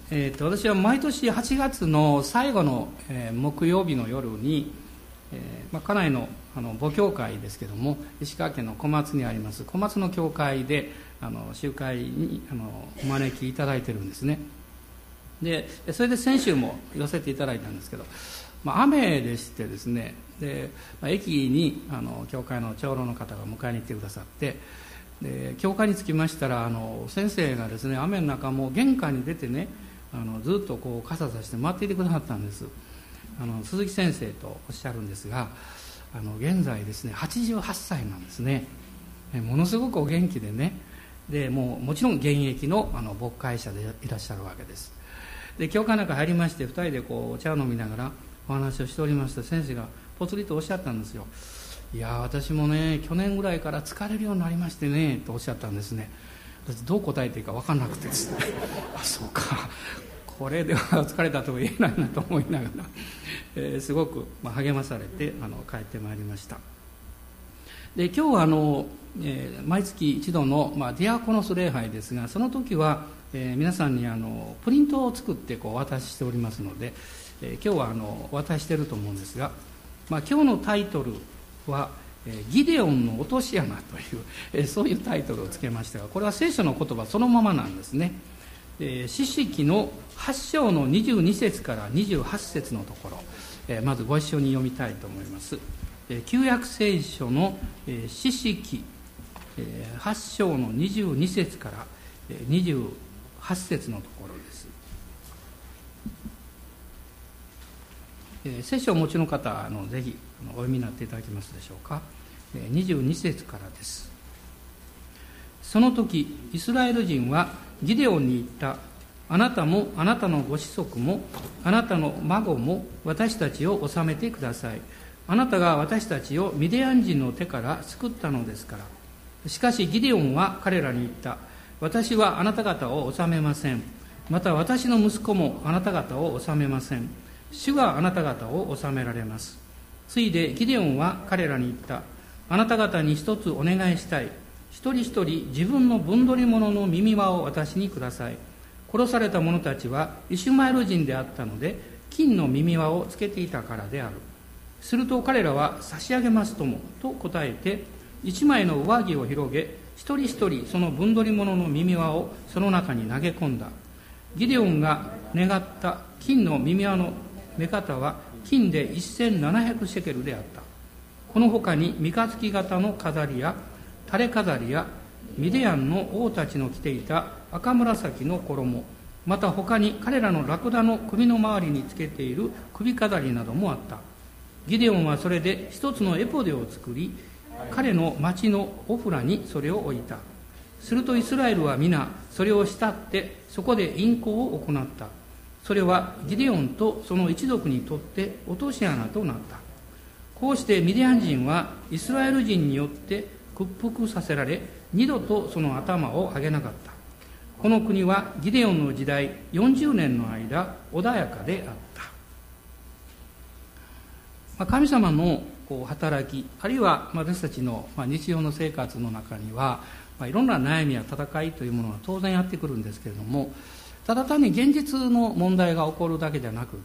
私は毎年8月の最後の、木曜日の夜に、家内の母教会ですけども、石川県の小松にあります小松の教会で集会にお招きいただいてるんですね。でそれで先週も寄せていただいたんですけど、雨でしてですね、で駅に教会の長老の方が迎えに来てくださって、で教会に着きましたら先生がですね、雨の中もう玄関に出てね、ずっとこう傘さして待っていてくださったんです。鈴木先生とおっしゃるんですが、現在ですね88歳なんですね。ものすごくお元気でね、でもちろん現役の牧会者でいらっしゃるわけです。で教会の中入りまして、2人でこうお茶を飲みながらお話をしておりました。先生がぽつりとおっしゃったんですよ。いや私もね去年ぐらいから疲れるようになりましてねとおっしゃったんですね。私どう答えていいか分からなくてですねあ、そうか、これでは疲れたとは言えないなと思いながら、すごく励まされて帰ってまいりました。で今日は毎月一度の、ディアコノス礼拝ですが、その時は、皆さんにプリントを作ってこうお渡ししておりますので、今日はお渡ししていると思うんですが、今日のタイトルはギデオンの落とし穴という、そういうタイトルをつけましたが、これは聖書の言葉そのままなんですね。士師記の8章の22節から28節のところ、まずご一緒に読みたいと思います。旧約聖書の士師記8章の22節から28節のところです。聖書をお持ちの方ぜひお読みになっていただけますでしょうか。22節からです。その時イスラエル人はギデオンに言った。あなたもあなたのご子息もあなたの孫も私たちを治めてください。あなたが私たちをミディアン人の手から救ったのですから。しかしギデオンは彼らに言った。私はあなた方を治めません。また私の息子もあなた方を治めません。主があなた方を治められます。ついでギデオンは彼らに言った。あなた方に一つお願いしたい。一人一人自分の分取り物の耳輪を私にください。殺された者たちはイシュマエル人であったので、金の耳輪をつけていたからである。すると彼らは差し上げますともと答えて、一枚の上着を広げ、一人一人その分取り物の耳輪をその中に投げ込んだ。ギデオンが願った金の耳輪の目方は金で1700シェケルであった。この他に三日月型の飾りや垂れ飾りやミディアンの王たちの着ていた赤紫の衣、また他に彼らのラクダの首の周りにつけている首飾りなどもあった。ギデオンはそれで一つのエポデを作り、彼の町のオフラにそれを置いた。するとイスラエルは皆それを慕ってそこで淫行を行った。それはギデオンとその一族にとって落とし穴となった。こうしてミディアン人はイスラエル人によって屈服させられ、二度とその頭を上げなかった。この国はギデオンの時代40年の間穏やかであった。神様の働き、あるいは私たちの日常の生活の中にはいろんな悩みや戦いというものが当然やってくるんですけれども、ただ単に現実の問題が起こるだけじゃなくって、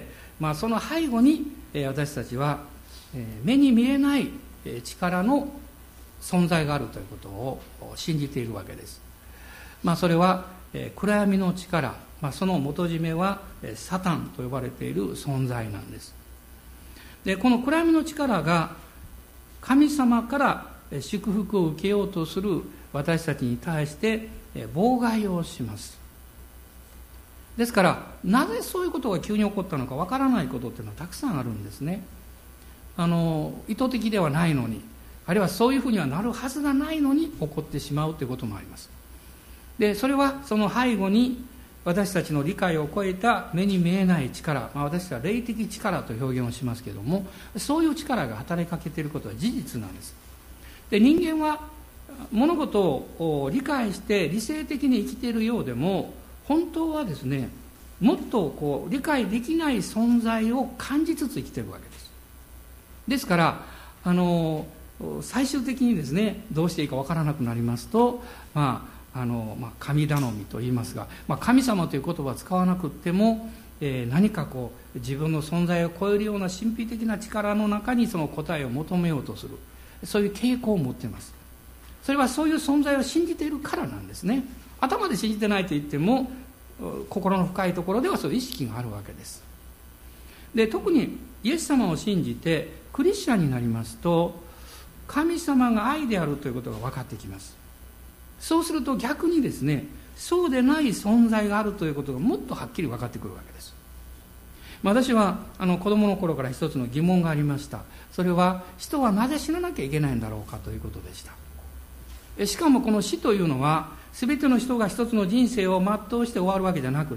その背後に私たちは目に見えない力の存在があるということを信じているわけです。それは暗闇の力、その元締めはサタンと呼ばれている存在なんです。でこの暗闇の力が神様から祝福を受けようとする私たちに対して妨害をします。ですからなぜそういうことが急に起こったのかわからないことっていうのはたくさんあるんですね。意図的ではないのに、あるいはそういうふうにはなるはずがないのに起こってしまうということもあります。でそれはその背後に私たちの理解を超えた目に見えない力、私たちは霊的力と表現をしますけれども、そういう力が働きかけていることは事実なんです。で人間は物事を理解して理性的に生きているようでも、本当はですね、もっと理解できない存在を感じつつ生きているわけです。ですから最終的にですね、どうしていいかわからなくなりますと、 神頼みといいますが、神様という言葉は使わなくっても、何か自分の存在を超えるような神秘的な力の中にその答えを求めようとする、そういう傾向を持っています。それはそういう存在を信じているからなんですね。頭で信じてないと言っても、心の深いところではそういう意識があるわけです。で、特にイエス様を信じてクリスチャンになりますと、神様が愛であるということが分かってきます。そうすると逆にですね、そうでない存在があるということがもっとはっきり分かってくるわけです。私は子供の頃から一つの疑問がありました。それは、人はなぜ死ななきゃいけないんだろうかということでした。しかもこの死というのは、全ての人が一つの人生を全うして終わるわけじゃなくって、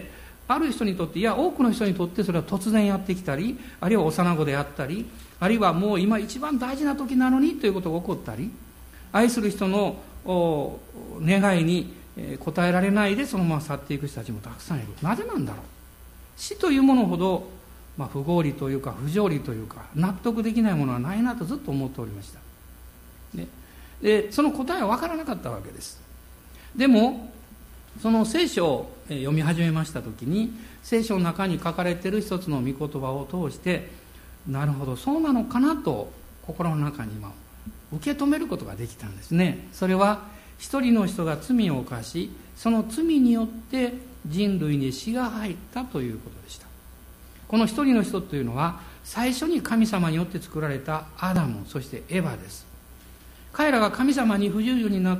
ある人にとって、いや多くの人にとってそれは突然やってきたり、あるいは幼子であったり、あるいはもう今一番大事な時なのにということが起こったり、愛する人の願いに応えられないでそのまま去っていく人たちもたくさんいる。なぜなんだろう。死というものほど、不合理というか不条理というか納得できないものはないなとずっと思っておりました。でその答えは分からなかったわけです。でもその聖書を読み始めましたときに、聖書の中に書かれている一つの御言葉を通して、なるほどそうなのかなと心の中に受け止めることができたんですね。それは一人の人が罪を犯し、その罪によって人類に死が入ったということでした。この一人の人というのは、最初に神様によって作られたアダム、そしてエヴァです。彼らが神様に不従順になって、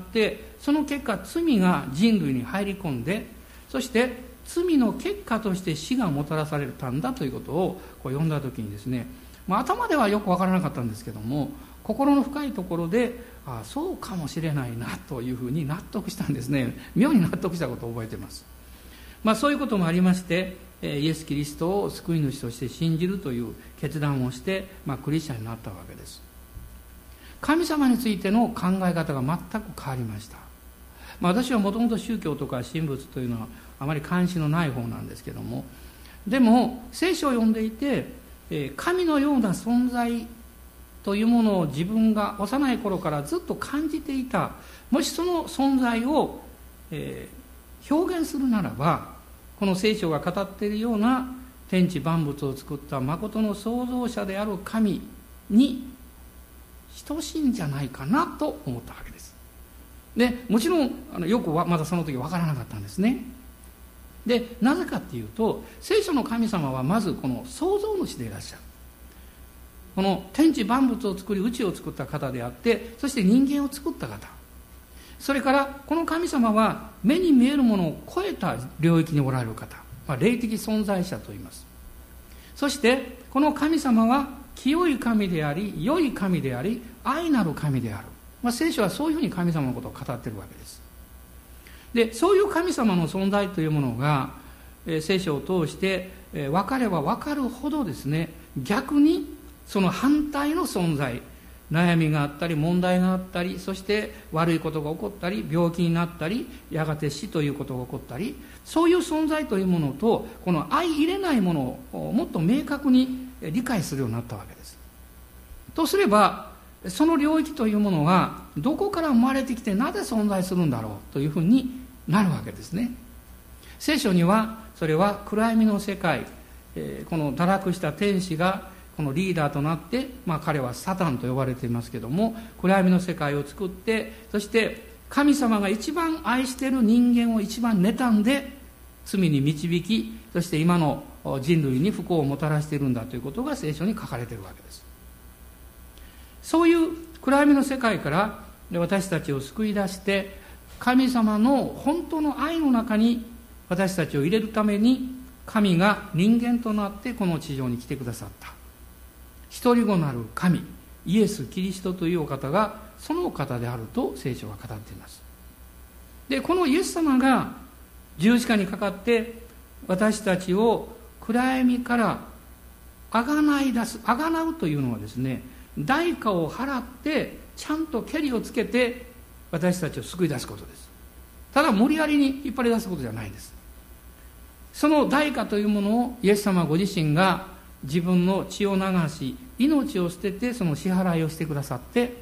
その結果罪が人類に入り込んで、そして罪の結果として死がもたらされたんだということを読んだときにですね、頭ではよく分からなかったんですけども、心の深いところで、そうかもしれないなというふうに納得したんですね。妙に納得したことを覚えています。そういうこともありまして、イエス・キリストを救い主として信じるという決断をして、クリスチャンになったわけです。神様についての考え方が全く変わりました。私はもともと宗教とか神仏というのはあまり関心のない方なんですけども、でも聖書を読んでいて、神のような存在というものを自分が幼い頃からずっと感じていた。もしその存在を、表現するならば、この聖書が語っているような天地万物を作った誠の創造者である神に等しいんじゃないかなと思ったわけです。でもちろんよくまだその時分からなかったんですね。でなぜかっていうと、聖書の神様はまずこの創造主でいらっしゃる。この天地万物を作り宇宙を作った方であって、そして人間を作った方、それからこの神様は目に見えるものを超えた領域におられる方、霊的存在者と言います。そしてこの神様は清い神であり、良い神であり、愛なる神である。聖書はそういうふうに神様のことを語っているわけです。でそういう神様の存在というものが、聖書を通して分かれば分かるほどですね、逆にその反対の存在、悩みがあったり問題があったり、そして悪いことが起こったり、病気になったり、やがて死ということが起こったり、そういう存在というものとこの相入れないものをもっと明確に理解するようになったわけです。とすれば、その領域というものはどこから生まれてきてなぜ存在するんだろうというふうになるわけですね。聖書にはそれは暗闇の世界、この堕落した天使がこのリーダーとなって、彼はサタンと呼ばれていますけども、暗闇の世界を作って、そして神様が一番愛している人間を一番妬んで罪に導き、そして今の人類に不幸をもたらしているんだということが聖書に書かれているわけです。そういう暗闇の世界から私たちを救い出して、神様の本当の愛の中に私たちを入れるために、神が人間となってこの地上に来てくださった。一人子なる神、イエス・キリストというお方がそのお方であると聖書は語っています。でこのイエス様が十字架にかかって私たちを暗闇からあがない出す、あがなうというのはですね、代価を払ってちゃんとケリをつけて私たちを救い出すことです。ただ無理やりに引っ張り出すことじゃないです。その代価というものをイエス様ご自身が自分の血を流し、命を捨ててその支払いをしてくださって、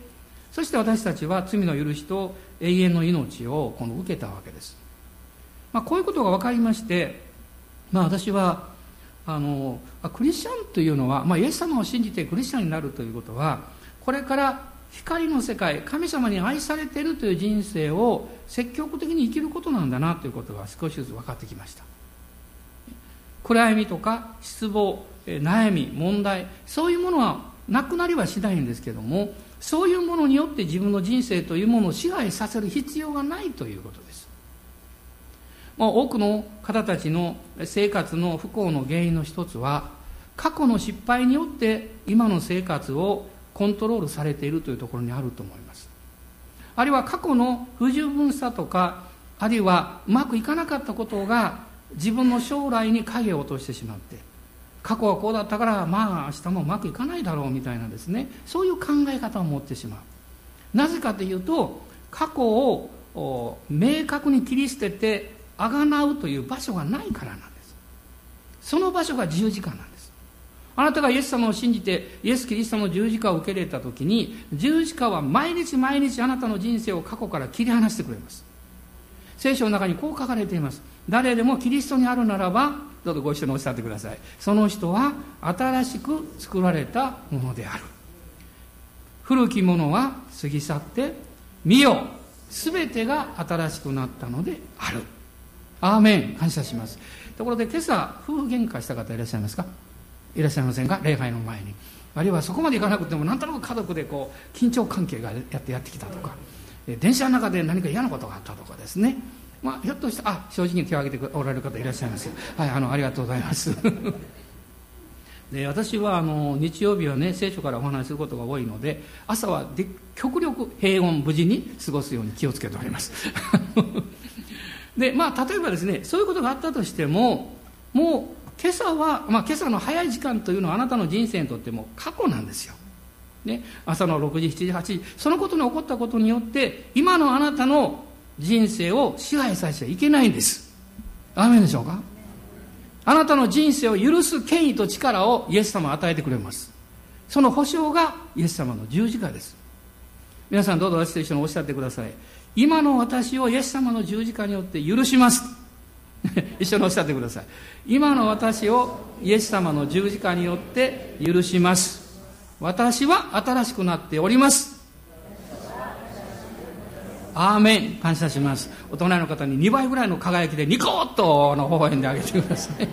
そして私たちは罪の許しと永遠の命を受けたわけです。こういうことが分かりまして、私はクリスチャンというのは、イエス様を信じてクリスチャンになるということは、これから光の世界、神様に愛されているという人生を積極的に生きることなんだなということが少しずつ分かってきました。暗闇とか失望、悩み、問題、そういうものはなくなりはしないんですけども、そういうものによって自分の人生というものを支配させる必要がないということです。多くの方たちの生活の不幸の原因の一つは、過去の失敗によって今の生活をコントロールされているというところにあると思います。あるいは過去の不十分さとか、あるいはうまくいかなかったことが自分の将来に影を落としてしまって、過去はこうだったから明日もうまくいかないだろうみたいなですね、そういう考え方を持ってしまう。なぜかというと、過去を明確に切り捨てて贖うという場所がないからなんです。その場所が十字架なんです。あなたがイエス様を信じてイエス・キリストの十字架を受け入れたときに、十字架は毎日毎日あなたの人生を過去から切り離してくれます。聖書の中にこう書かれています。誰でもキリストにあるならば、どうぞご一緒におっしゃってください。その人は新しく作られたものである。古きものは過ぎ去って見よ、すべてが新しくなったのである。アーメン。感謝します。ところで今朝夫婦喧嘩した方いらっしゃいますか？いらっしゃいませんか？礼拝の前に、あるいはそこまでいかなくてもなんとなく家族で緊張関係がやってきたとか、電車の中で何か嫌なことがあったとかですね、ひょっとして正直に手を挙げておられる方いらっしゃいます。はい、ありがとうございますで、私は日曜日はね、聖書からお話しすることが多いので、朝は極力平穏無事に過ごすように気をつけておりますで、例えばですね、そういうことがあったとしても、もう今朝は、今朝の早い時間というのはあなたの人生にとっても過去なんですよ、ね、朝の6時、7時、8時、そのことに起こったことによって今のあなたの人生を支配させちゃいけないんです。アーメンでしょうか？あなたの人生を許す権威と力をイエス様は与えてくれます。その保証がイエス様の十字架です。皆さんどうぞ私と一緒におっしゃってください。今の私をイエス様の十字架によって許します一緒におっしゃってください。今の私をイエス様の十字架によって許します。私は新しくなっております。アーメン。感謝します。お隣の方に2倍ぐらいの輝きでニコッと微笑んであげてください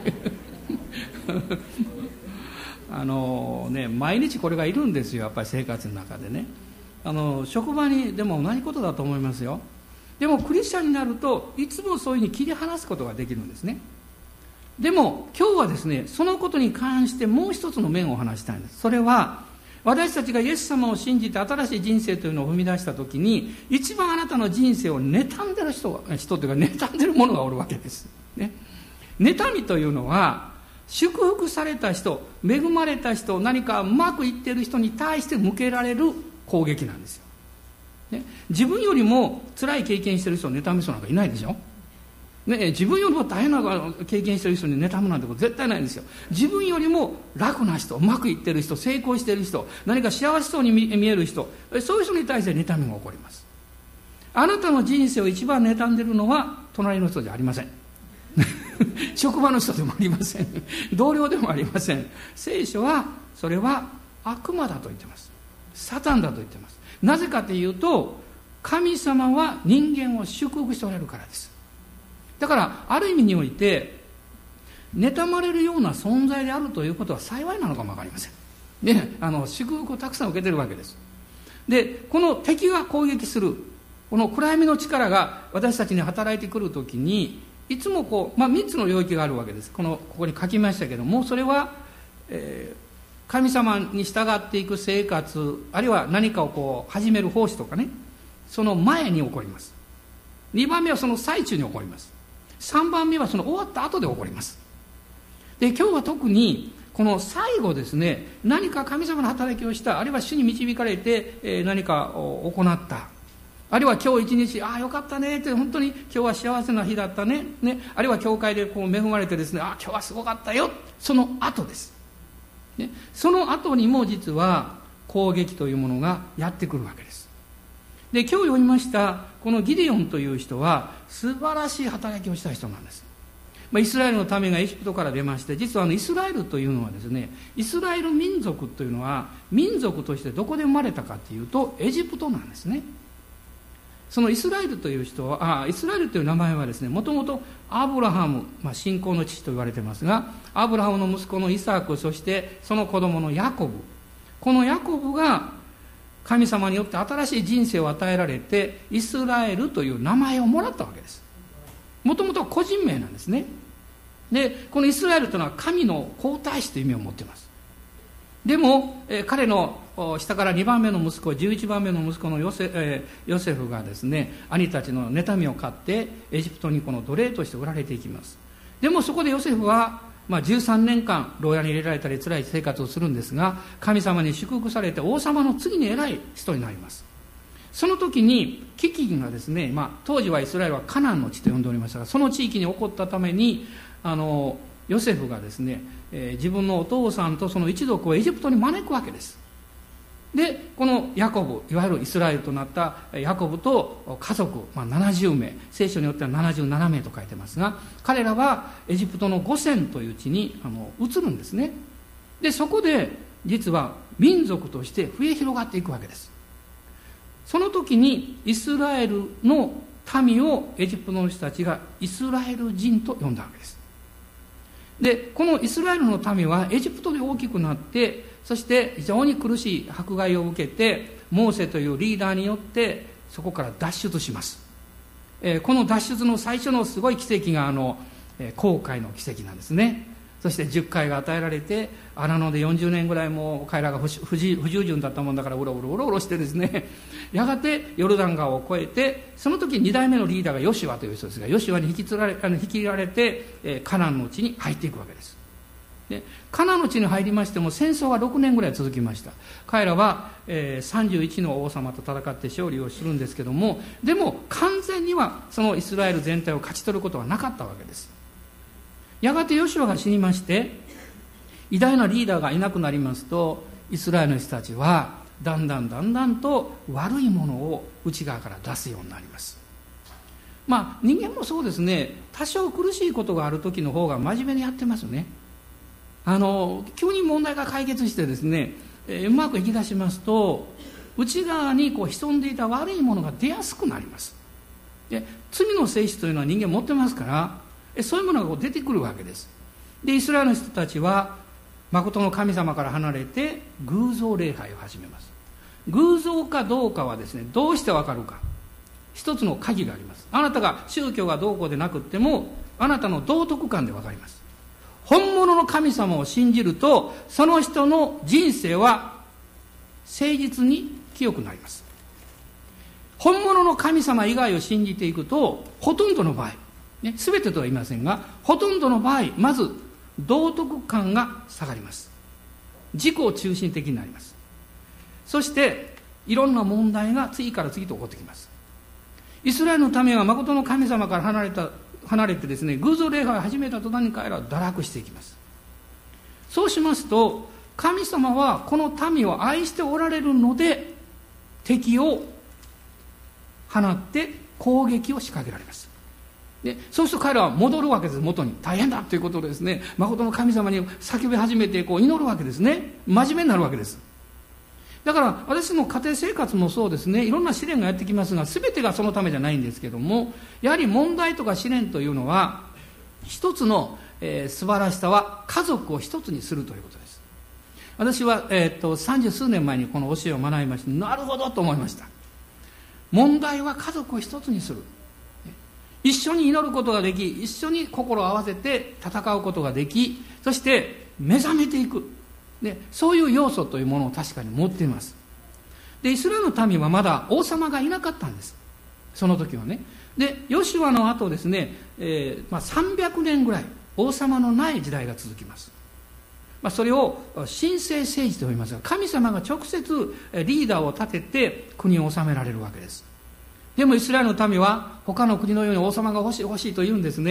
毎日これがいるんですよ、やっぱり生活の中でね。職場にでも同じことだと思いますよ。でもクリスチャンになるといつもそういうふうに切り離すことができるんですね。でも今日はですね、そのことに関してもう一つの面を話したいんです。それは私たちがイエス様を信じて新しい人生というのを踏み出したときに、一番あなたの人生を妬んでる人というか妬んでる者がおるわけです、ね。妬みというのは祝福された人、恵まれた人、何かうまくいっている人に対して向けられる攻撃なんですよ、ね。自分よりも辛い経験している人を妬む人なんかいないでしょ、ね。自分よりも大変な経験している人に妬むなんてこと絶対ないんですよ。自分よりも楽な人、うまくいっている人、成功している人、何か幸せそうに見える人、そういう人に対して妬みが起こります。あなたの人生を一番妬んでいるのは隣の人じゃありません職場の人でもありません同僚でもありません。聖書はそれは悪魔だと言ってます。サタンだと言ってます。なぜかというと、神様は人間を祝福しておられるからです。だからある意味において妬まれるような存在であるということは幸いなのかもわかりません、ね。祝福をたくさん受けているわけです。で、この敵が攻撃するこの暗闇の力が私たちに働いてくるときに、いつも3つの領域があるわけです。ここに書きましたけども、それは、神様に従っていく生活、あるいは何かを始める奉仕とかね、その前に起こります。2番目はその最中に起こります。3番目はその終わった後で起こります。で、今日は特にこの最後ですね、何か神様の働きをした、あるいは主に導かれて何かを行った、あるいは今日一日よかったねって、本当に今日は幸せな日だったね、あるいは教会で恵まれてですね、今日はすごかったよ、その後です、ね。その後にも実は攻撃というものがやってくるわけです。 で、今日読みましたこのギデオンという人は素晴らしい働きをした人なんです。イスラエルの民がエジプトから出まして、実はイスラエルというのはですね、イスラエル民族というのは民族としてどこで生まれたかというとエジプトなんですね。そのイスラエルという人は、イスラエルという名前はですね、もともとアブラハム、信仰の父と言われてますが、アブラハムの息子のイサク、そしてその子供のヤコブ、このヤコブが神様によって新しい人生を与えられて、イスラエルという名前をもらったわけです。もともとは個人名なんですね。で、このイスラエルというのは神の皇太子という意味を持っています。でも、彼の下から2番目の息子、11番目の息子のヨセフがですね、兄たちの妬みを買ってエジプトにこの奴隷として売られていきます。でもそこでヨセフは、13年間牢屋に入れられたり辛い生活をするんですが、神様に祝福されて王様の次に偉い人になります。その時に飢饉がですね、当時はイスラエルはカナンの地と呼んでおりましたが、その地域に起こったためにヨセフがですね、自分のお父さんとその一族をエジプトに招くわけです。で、このヤコブ、いわゆるイスラエルとなったヤコブと家族、70名、聖書によっては77名と書いてますが、彼らはエジプトのゴセンという地に移るんですね。で、そこで実は民族として増え広がっていくわけです。その時にイスラエルの民をエジプトの人たちがイスラエル人と呼んだわけです。で、このイスラエルの民はエジプトで大きくなって、そして非常に苦しい迫害を受けて、モーセというリーダーによってそこから脱出します。この脱出の最初のすごい奇跡が航海の奇跡なんですね。そして10回が与えられて、荒野で40年ぐらいも彼らが不従順だったもんだからうろうろしてですね、やがてヨルダン川を越えて、その時2代目のリーダーがヨシュアという人ですが、ヨシュアに引き入れられて、カナンの地に入っていくわけです。で、カナンの地に入りましても戦争は6年ぐらい続きました。彼らは、31の王様と戦って勝利をするんですけども、でも完全にはそのイスラエル全体を勝ち取ることはなかったわけです。やがてヨシュアが死にまして、偉大なリーダーがいなくなりますと、イスラエルの人たちはだんだんと悪いものを内側から出すようになります。人間もそうですね、多少苦しいことがある時の方が真面目にやってますね。急に問題が解決してですね、うまくいき出しますと、内側に潜んでいた悪いものが出やすくなります。で、罪の性質というのは人間持ってますから、そういうものが出てくるわけです。で、イスラエルの人たちは誠の神様から離れて偶像礼拝を始めます。偶像かどうかはですね、どうしてわかるか、一つの鍵があります。あなたが宗教がどうこうでなくっても、あなたの道徳観でわかります。本物の神様を信じると、その人の人生は誠実に清くなります。本物の神様以外を信じていくと、ほとんどの場合、全てとは言いませんが、ほとんどの場合、まず道徳観が下がります。自己中心的になります。そしていろんな問題が次から次と起こってきます。イスラエルの民は誠の神様から離れてですね、偶像礼拝を始めた途端に彼らは堕落していきます。そうしますと、神様はこの民を愛しておられるので、敵を放って攻撃を仕掛けられます。で、そうすると彼らは戻るわけです。元に大変だということでですね、誠の神様に叫び始めて祈るわけですね。真面目になるわけです。だから私の家庭生活もそうですね、いろんな試練がやってきますが、全てがそのためじゃないんですけども、やはり問題とか試練というのは一つの、素晴らしさは家族を一つにするということです。私は、30数年前にこの教えを学びまして、なるほどと思いました。問題は家族を一つにする。一緒に祈ることができ、一緒に心を合わせて戦うことができ、そして目覚めていく。で、そういう要素というものを確かに持っています。で、イスラエルの民はまだ王様がいなかったんです。その時はね。で、ヨシュアの後ですね、300年ぐらい王様のない時代が続きます。それを神聖政治と言いますが、神様が直接リーダーを立てて国を治められるわけです。でもイスラエルの民は他の国のように王様が欲しいと言うんですね。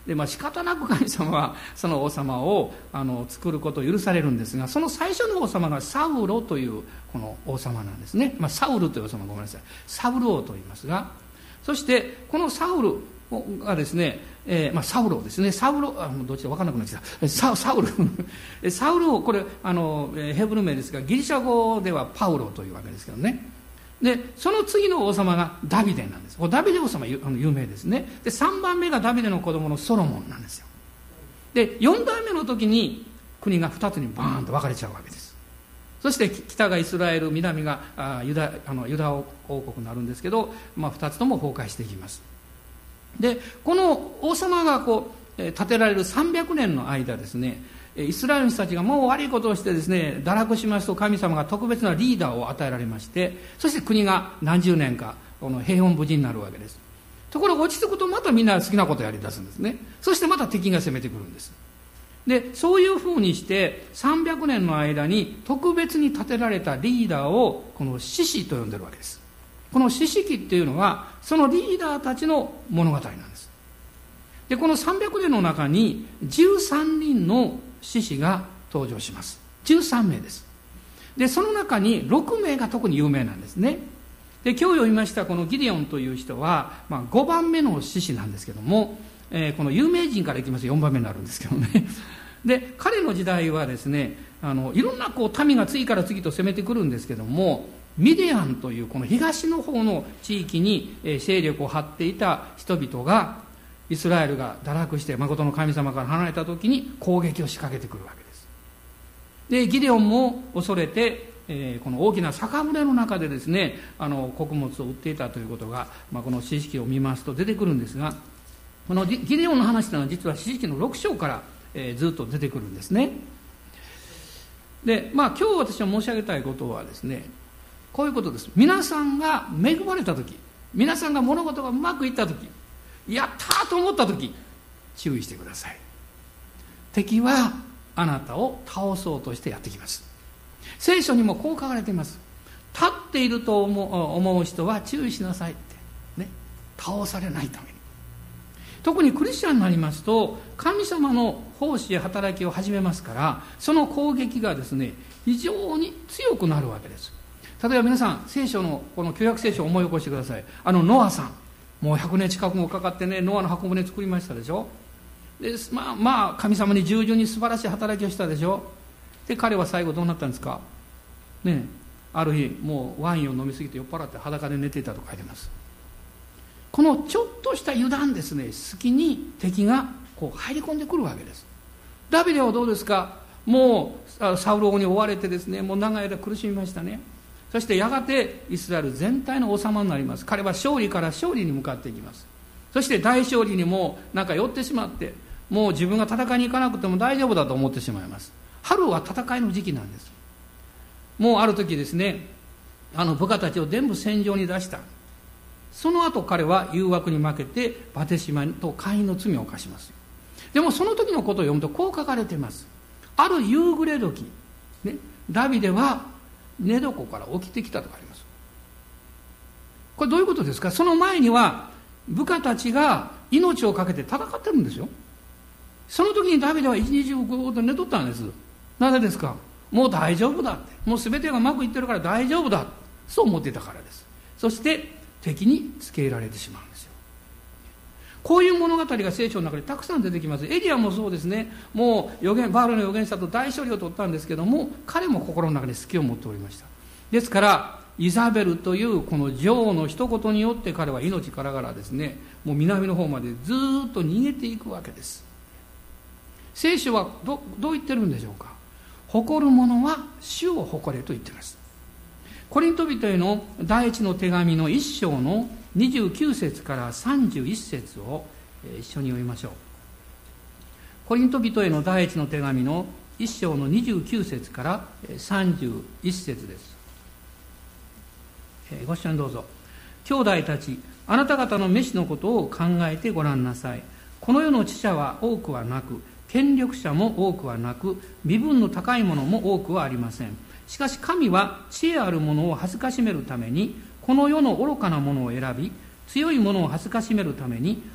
で、仕方なく神様はその王様を作ることを許されるんですが、その最初の王様がサウロというこの王様なんですね。サウルという王様、ごめんなさい、サウル王と言いますが、そしてこのサウルがですね、サウロですね、サウロ、どっちか分からなくなってきた、サウルサウル王、これヘブル名ですが、ギリシャ語ではパウロというわけですけどね。でその次の王様がダビデなんです。ダビデ王様有名ですね。で3番目がダビデの子供のソロモンなんですよ。で4代目の時に国が2つにバーンと分かれちゃうわけです。そして北がイスラエル、南がユダ王国になるんですけど、2つとも崩壊していきます。でこの王様が建てられる300年の間ですね、イスラエルの人たちがもう悪いことをしてですね、堕落しますと、神様が特別なリーダーを与えられまして、そして国が何十年か平穏無事になるわけです。ところが落ち着くとまたみんな好きなことをやり出すんですね。そしてまた敵が攻めてくるんです。でそういうふうにして300年の間に特別に立てられたリーダーをこの士師と呼んでるわけです。この士師記っていうのはそのリーダーたちの物語なんです。でこの300年の中に13人の士師が登場します。13名です。でその中に6名が特に有名なんですね。で今日読みましたこのギデオンという人は、5番目の士師なんですけども、この有名人からいきますと4番目になるんですけどね。で彼の時代はですね、いろんな民が次から次と攻めてくるんですけども、ミディアンというこの東の方の地域に勢力を張っていた人々が、イスラエルが堕落して真の神様から離れた時に攻撃を仕掛けてくるわけです。でギデオンも恐れて、この大きな酒舟の中でですね、穀物を売っていたということが、この詩式を見ますと出てくるんですが、このギデオンの話というのは実は詩式の6章から、ずっと出てくるんですね。で今日私は申し上げたいことはですね、こういうことです。皆さんが恵まれた時、皆さんが物事がうまくいった時、やったと思った時、注意してください。敵はあなたを倒そうとしてやってきます。聖書にもこう書かれています。立っていると思う人は注意しなさいってね、倒されないために。特にクリスチャンになりますと神様の奉仕や働きを始めますから、その攻撃がですね非常に強くなるわけです。例えば皆さん聖書のこの旧約聖書を思い起こしてください。ノアさん、もう100年近くもかかってね、ノアの箱舟作りましたでしょ。で神様に従順に素晴らしい働きをしたでしょ。で彼は最後どうなったんですかね。ある日もうワインを飲みすぎて酔っ払って裸で寝ていたと書いてます。このちょっとした油断ですね、隙に敵が入り込んでくるわけです。ダビデはどうですか。もうサウル王に追われてですね、もう長い間苦しみましたね。そしてやがてイスラエル全体の王様になります。彼は勝利から勝利に向かっていきます。そして大勝利にも寄ってしまって、もう自分が戦いに行かなくても大丈夫だと思ってしまいます。春は戦いの時期なんです。もうある時ですね、部下たちを全部戦場に出した。その後彼は誘惑に負けてバテシマと姦淫の罪を犯します。でもその時のことを読むとこう書かれています。ある夕暮れ時、ね、ダビデは寝床から起きてきたとあります。これどういうことですか。その前には部下たちが命を懸けて戦ってるんですよ。その時にダビデは一日中ぐーっと寝とったんです。なぜですか。もう大丈夫だって、もう全てがうまくいってるから大丈夫だ、そう思っていたからです。そして敵につけ入れられてしまうんですよ。こういう物語が聖書の中でたくさん出てきます。エリアもそうですね。もうバールの預言者と大勝利を取ったんですけども、彼も心の中に隙を持っておりました。ですからイザベルというこの女王の一言によって彼は命からがらですね、もう南の方までずっと逃げていくわけです。聖書はどう言ってるんでしょうか。誇る者は主を誇れと言っています。コリント人への第一の手紙の1章の29節から31節を一緒に読みましょう。コリント人への第一の手紙の1章の29節から31節です。ご一緒にどうぞ。兄弟たち、あなた方の召しのことを考えてごらんなさい。この世の知者は多くはなく、権力者も多くはなく、身分の高い者も多くはありません。しかし神は知恵ある者を恥ずかしめるためにこの世の愚かなものを選び、強い者を恥ずかしめるために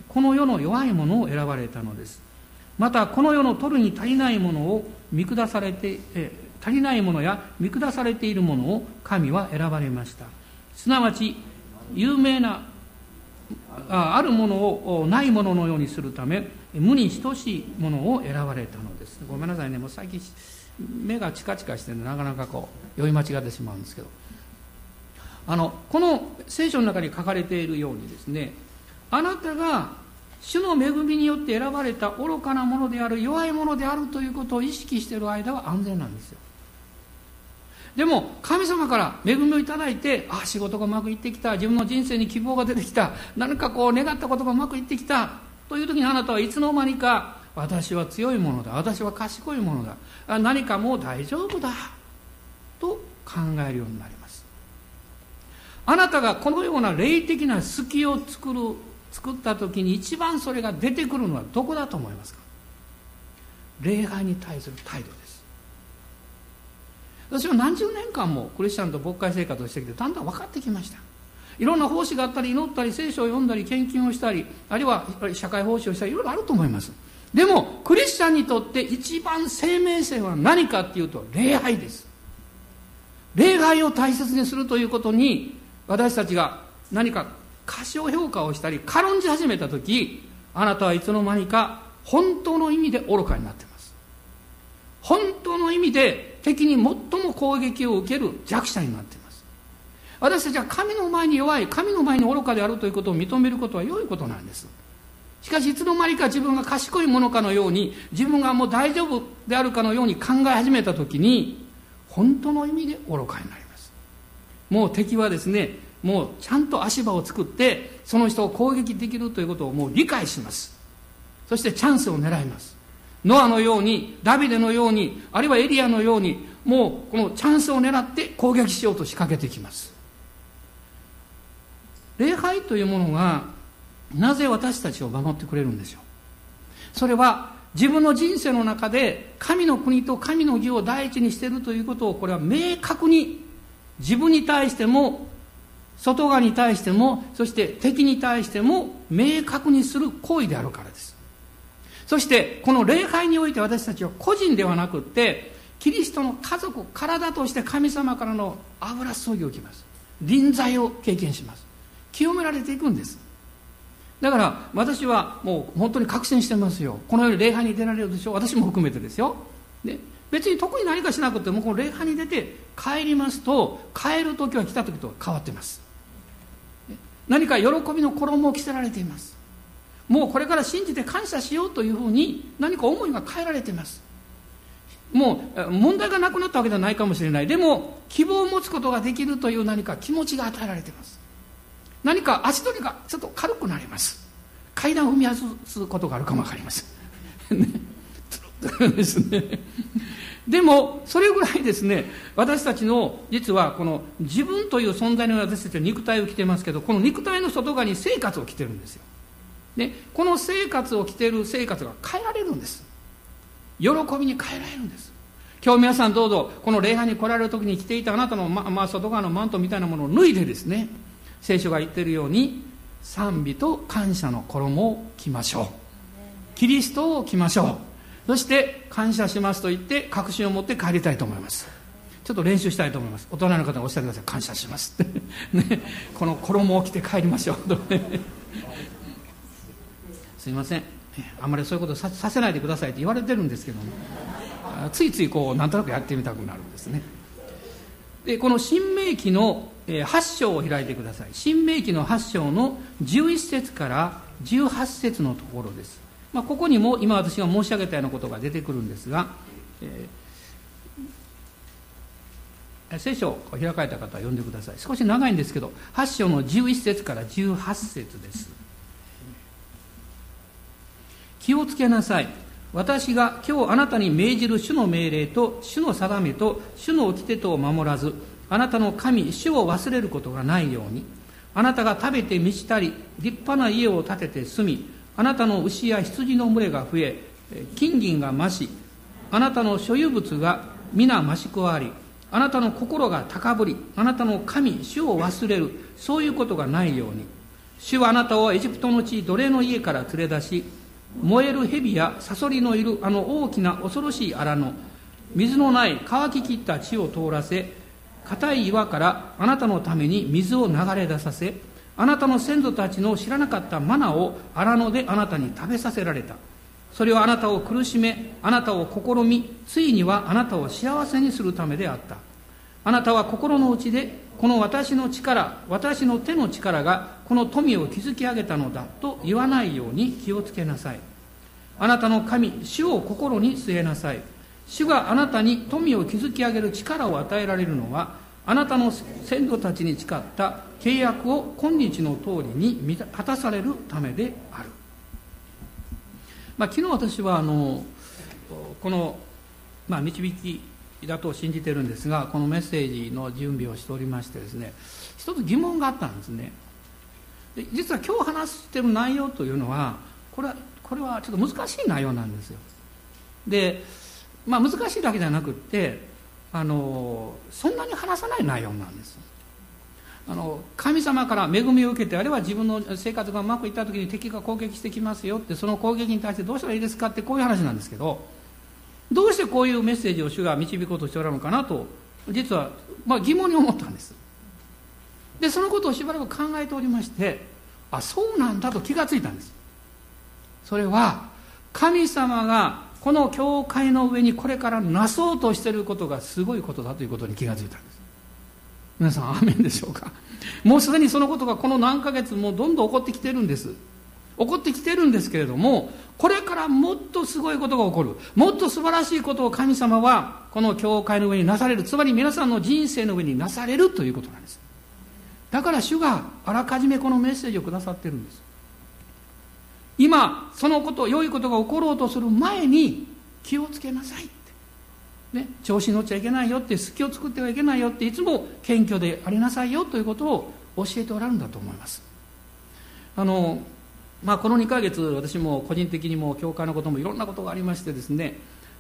この世の弱いものを選ばれたのです。またこの世の取るに足りないものを見下されて、足りないものや見下されているものを神は選ばれました。すなわち有名なあるものをないもののようにするため、無に等しいものを選ばれたのです。ごめんなさいね、もう最近目がチカチカして、なかなか読み間違ってしまうんですけど、この聖書の中に書かれているようにですね、あなたが主の恵みによって選ばれた愚かなものである、弱いものであるということを意識している間は安全なんですよ。でも神様から恵みをいただいて、仕事がうまくいってきた、自分の人生に希望が出てきた、何か願ったことがうまくいってきたという時に、あなたはいつの間にか、私は強いものだ、私は賢いものだ、何かもう大丈夫だと考えるようになります。あなたがこのような霊的な隙を作った時に、一番それが出てくるのはどこだと思いますか？礼拝に対する態度です。私は何十年間もクリスチャンと牧会生活をしてきて、だんだん分かってきました。いろんな奉仕があったり、祈ったり、聖書を読んだり、献金をしたり、あるいは社会奉仕をしたり、いろいろあると思います。でもクリスチャンにとって一番生命線は何かっていうと、礼拝です。礼拝を大切にするということに、私たちが何か過小評価をしたり軽んじ始めたとき、あなたはいつの間にか本当の意味で愚かになっています。本当の意味で敵に最も攻撃を受ける弱者になっています。私たちは神の前に弱い、神の前に愚かであるということを認めることは良いことなんです。しかしいつの間にか自分が賢いものかのように、自分がもう大丈夫であるかのように考え始めたときに、本当の意味で愚かになります。もう敵はですね、もうちゃんと足場を作ってその人を攻撃できるということをもう理解します。そしてチャンスを狙います。ノアのように、ダビデのように、あるいはエリアのように、もうこのチャンスを狙って攻撃しようと仕掛けてきます。礼拝というものがなぜ私たちを守ってくれるんでしょう。それは自分の人生の中で神の国と神の義を第一にしているということを、これは明確に自分に対しても外側に対しても、そして敵に対しても明確にする行為であるからです。そしてこの礼拝において、私たちは個人ではなくってキリストの家族、体として神様からの油注ぎを受けます。臨在を経験します。清められていくんです。だから私はもう本当に確信してますよ。このように礼拝に出られるでしょう。私も含めてですよ。で、別に特に何かしなくても、この礼拝に出て帰りますと、帰る時は来た時と変わっています。何か喜びの衣を着せられています。もうこれから信じて感謝しようというふうに何か思いが変えられています。もう問題がなくなったわけではないかもしれない。でも希望を持つことができるという何か気持ちが与えられています。何か足取りがちょっと軽くなります。階段を踏みやすことがあるかもわかりません、ね、ですね。でもそれぐらいですね、私たちの実はこの自分という存在の私たちは肉体を着てますけど、この肉体の外側に生活を着てるんですよ。で、この生活を着ている生活が変えられるんです。喜びに変えられるんです。今日皆さんどうぞこの礼拝に来られる時に着ていたあなたの、外側のマントみたいなものを脱いでですね、聖書が言っているように賛美と感謝の衣を着ましょう。キリストを着ましょう。そして感謝しますと言って確信を持って帰りたいと思います。ちょっと練習したいと思います。大人の方がおっしゃってください。感謝しますって、ね、この衣を着て帰りましょうとすいません、あんまりそういうこと させないでくださいって言われてるんですけども、ついついこうなんとなくやってみたくなるんですね。で、この新明記の8章を開いてください。新明記の8章の11節から18節のところです。ここにも今私が申し上げたようなことが出てくるんですが、聖書を開かれた方は読んでください。少し長いんですけど、8章の11節から18節です。気をつけなさい。私が今日あなたに命じる主の命令と主の定めと主の掟とを守らず、あなたの神主を忘れることがないように、あなたが食べて満ちたり立派な家を建てて住み、あなたの牛や羊の群れが増え、金銀が増し、あなたの所有物が皆増し加わり、あなたの心が高ぶり、あなたの神主を忘れる、そういうことがないように、 主はあなたをエジプトの地奴隷の家から連れ出し、燃える蛇やサソリのいるあの大きな恐ろしい荒野、水のない乾ききった地を通らせ、固い岩からあなたのために水を流れ出させ、あなたの先祖たちの知らなかったマナを荒野であなたに食べさせられた。それはあなたを苦しめ、あなたを試み、ついにはあなたを幸せにするためであった。あなたは心の内で、この私の力、私の手の力がこの富を築き上げたのだと言わないように気をつけなさい。あなたの神、主を心に据えなさい。主があなたに富を築き上げる力を与えられるのは、あなたの先祖たちに誓った契約を今日の通りに果たされるためである。昨日私はこの、導きだと信じてるんですが、このメッセージの準備をしておりましてですね、一つ疑問があったんですね。で実は今日話してる内容というのはこれはちょっと難しい内容なんですよ。で、難しいだけじゃなくってそんなに話さない内容なんです。神様から恵みを受けて、あるいは自分の生活がうまくいった時に敵が攻撃してきますよって、その攻撃に対してどうしたらいいですかって、こういう話なんですけど、どうしてこういうメッセージを主が導こうとしておられるのかなと、実は疑問に思ったんです。でそのことをしばらく考えておりまして、そうなんだと気がついたんです。それは神様がこの教会の上にこれからなそうとしていることがすごいことだということに気がついたんです。皆さんアーメンでしょうか。もうすでにそのことがこの何ヶ月もどんどん起こってきてるんです。起こってきてるんですけれども、これからもっとすごいことが起こる、もっと素晴らしいことを神様はこの教会の上になされる、つまり皆さんの人生の上になされるということなんです。だから主があらかじめこのメッセージをくださってるんです。今そのこと、良いことが起ころうとする前に気をつけなさいって、調子に乗っちゃいけないよって、隙を作ってはいけないよって、いつも謙虚でありなさいよということを教えておられるんだと思います。この2ヶ月私も個人的にも教会のこともいろんなことがありましてですね、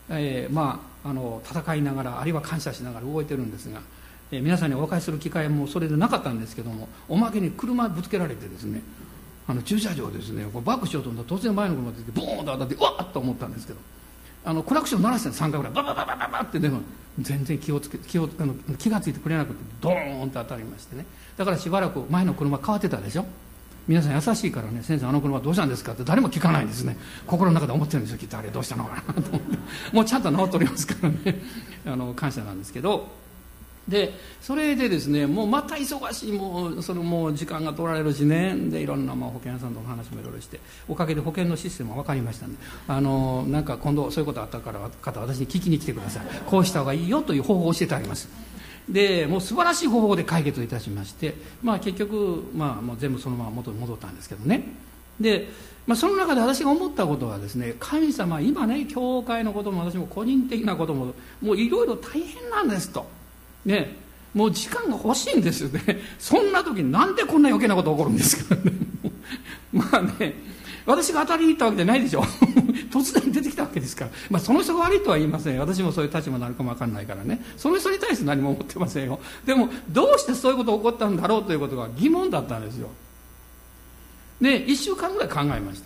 戦いながら、あるいは感謝しながら動いてるんですが、皆さんにお別れする機会もそれでなかったんですけども、おまけに車ぶつけられてですね、駐車場ですね、バックしようと思ったら突然前の車が出てボーンと当たって、うわっと思ったんですけど、クラクション鳴らして3回ぐらいババババババって、でも全然気がついてくれなくてドーンと当たりましてね。だからしばらく前の車変わってたでしょ。皆さん優しいからね、先生あの車どうしたんですかって誰も聞かないんですね。心の中で思ってるんですよ、きっと。あれどうしたのかなと思ってもうちゃんと治っておりますからね感謝なんですけど、でそれでですね、もうまた忙しい、もう時間が取られるしね、でいろんな保険屋さんとの話もいろいろして、おかげで保険のシステムは分かりましたんで、なんか今度そういうことあったから方私に聞きに来てください、こうした方がいいよという方法を教えてあります。でもう素晴らしい方法で解決いたしまして、結局もう全部そのまま元に戻ったんですけどね。で、その中で私が思ったことはですね、神様今ね、教会のことも私も個人的なことももういろいろ大変なんですとね、もう時間が欲しいんですよね。そんな時になんでこんな余計なことが起こるんですかね私が当たりに行ったわけじゃないでしょ突然出てきたわけですから、その人が悪いとは言いませんよ。私もそういう立場になるかも分かんないからね、その人に対して何も思ってませんよ。でもどうしてそういうことが起こったんだろうということが疑問だったんですよ。で1週間ぐらい考えました。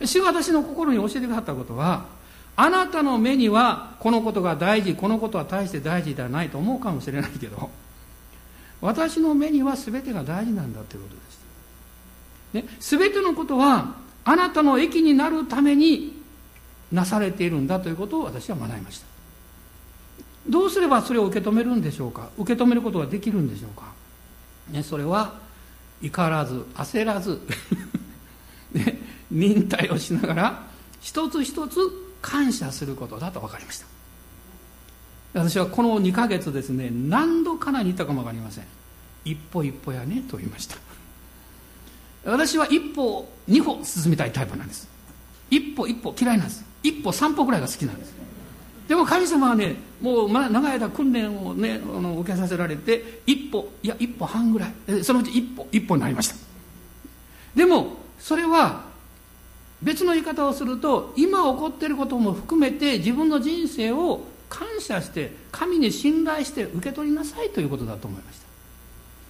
主が私の心に教えてくださったことは、あなたの目にはこのことが大事、このことは大して大事ではないと思うかもしれないけど、私の目には全てが大事なんだということです。全てのことはあなたの益になるためになされているんだということを私は学びました。どうすればそれを受け止めるんでしょうか。受け止めることができるんでしょうか。それは怒らず焦らず忍耐をしながら一つ一つ感謝することだと分かりました。私はこの2ヶ月ですね、何度かなに言ったかも分かりません。一歩一歩やねと言いました。私は一歩二歩進みたいタイプなんです。一歩一歩嫌いなんです。一歩三歩ぐらいが好きなんです。でも神様はね、もう長い間訓練をね受けさせられて、一歩半ぐらい、そのうち一歩になりました。でもそれは別の言い方をすると、今起こっていることも含めて自分の人生を感謝して神に信頼して受け取りなさいということだと思いました。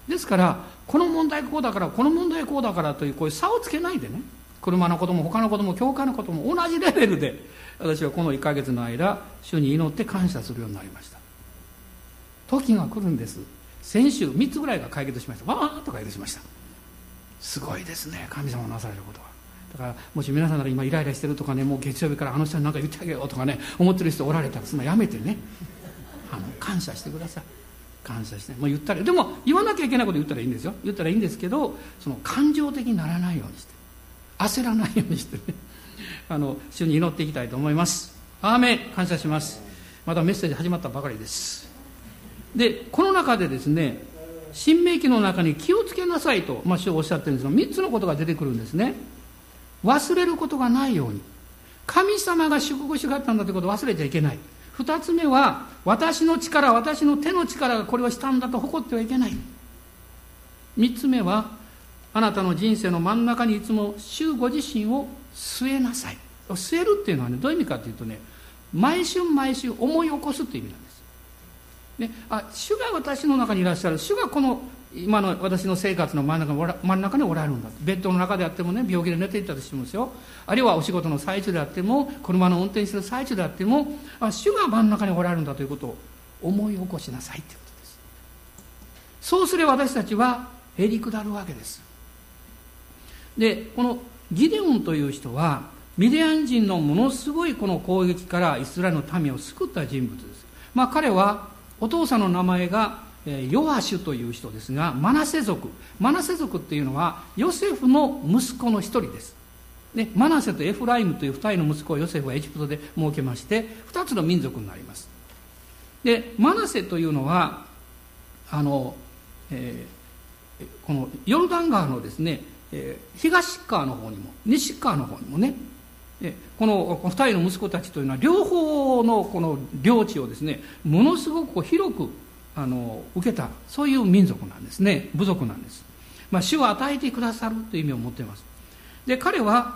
ですからこの問題こうだからこの問題こうだからというこういう差をつけないでね、車のことも他のことも教会のことも同じレベルで私はこの1ヶ月の間主に祈って感謝するようになりました。時が来るんです。先週3つぐらいが解決しました。わーっと解決しました。すごいですね、神様のなされることは。だからもし皆さんが今イライラしてるとかね、もう月曜日からあの人に何か言ってあげようとかね思ってる人おられたらそんなやめてね、感謝してください。感謝して、もう言ったら、でも言わなきゃいけないこと言ったらいいんですよ。言ったらいいんですけど、その感情的にならないようにして、焦らないようにしてね主に祈っていきたいと思います。アーメン。感謝します。まだメッセージ始まったばかりです。でこの中でですね、新明記の中に気をつけなさいと、主はおっしゃってるんですが、3つのことが出てくるんですね。忘れることがないように、神様が祝福してくださったんだということを忘れちゃいけない。2つ目は、私の力、私の手の力がこれをしたんだと誇ってはいけない。3つ目は、あなたの人生の真ん中にいつも主ご自身を据えなさい。据えるっていうのはね、どういう意味かというとね、毎週毎週思い起こすっていう意味なんです。ね、主が私の中にいらっしゃる。主がこの今の私の生活の真ん中におられるんだ。ベッドの中であってもね、病気で寝ていたとしてもですよ、あるいはお仕事の最中であっても、車の運転する最中であっても、主が真ん中におられるんだということを思い起こしなさいということです。そうすれば私たちはへりくだるわけです。でこのギデオンという人はミディアン人のものすごいこの攻撃からイスラエルの民を救った人物です。彼はお父さんの名前がヨアシュという人ですが、マナセ族っていうのはヨセフの息子の一人です。でマナセとエフライムという二人の息子をヨセフはエジプトで設けまして、二つの民族になります。でマナセというのはこのヨルダン川のですね、東側の方にも西側の方にもね、この二人の息子たちというのは両方のこの領地をですね、ものすごく広く受けた、そういう民族なんですね、部族なんです。主は与えてくださるという意味を持っています。で彼は、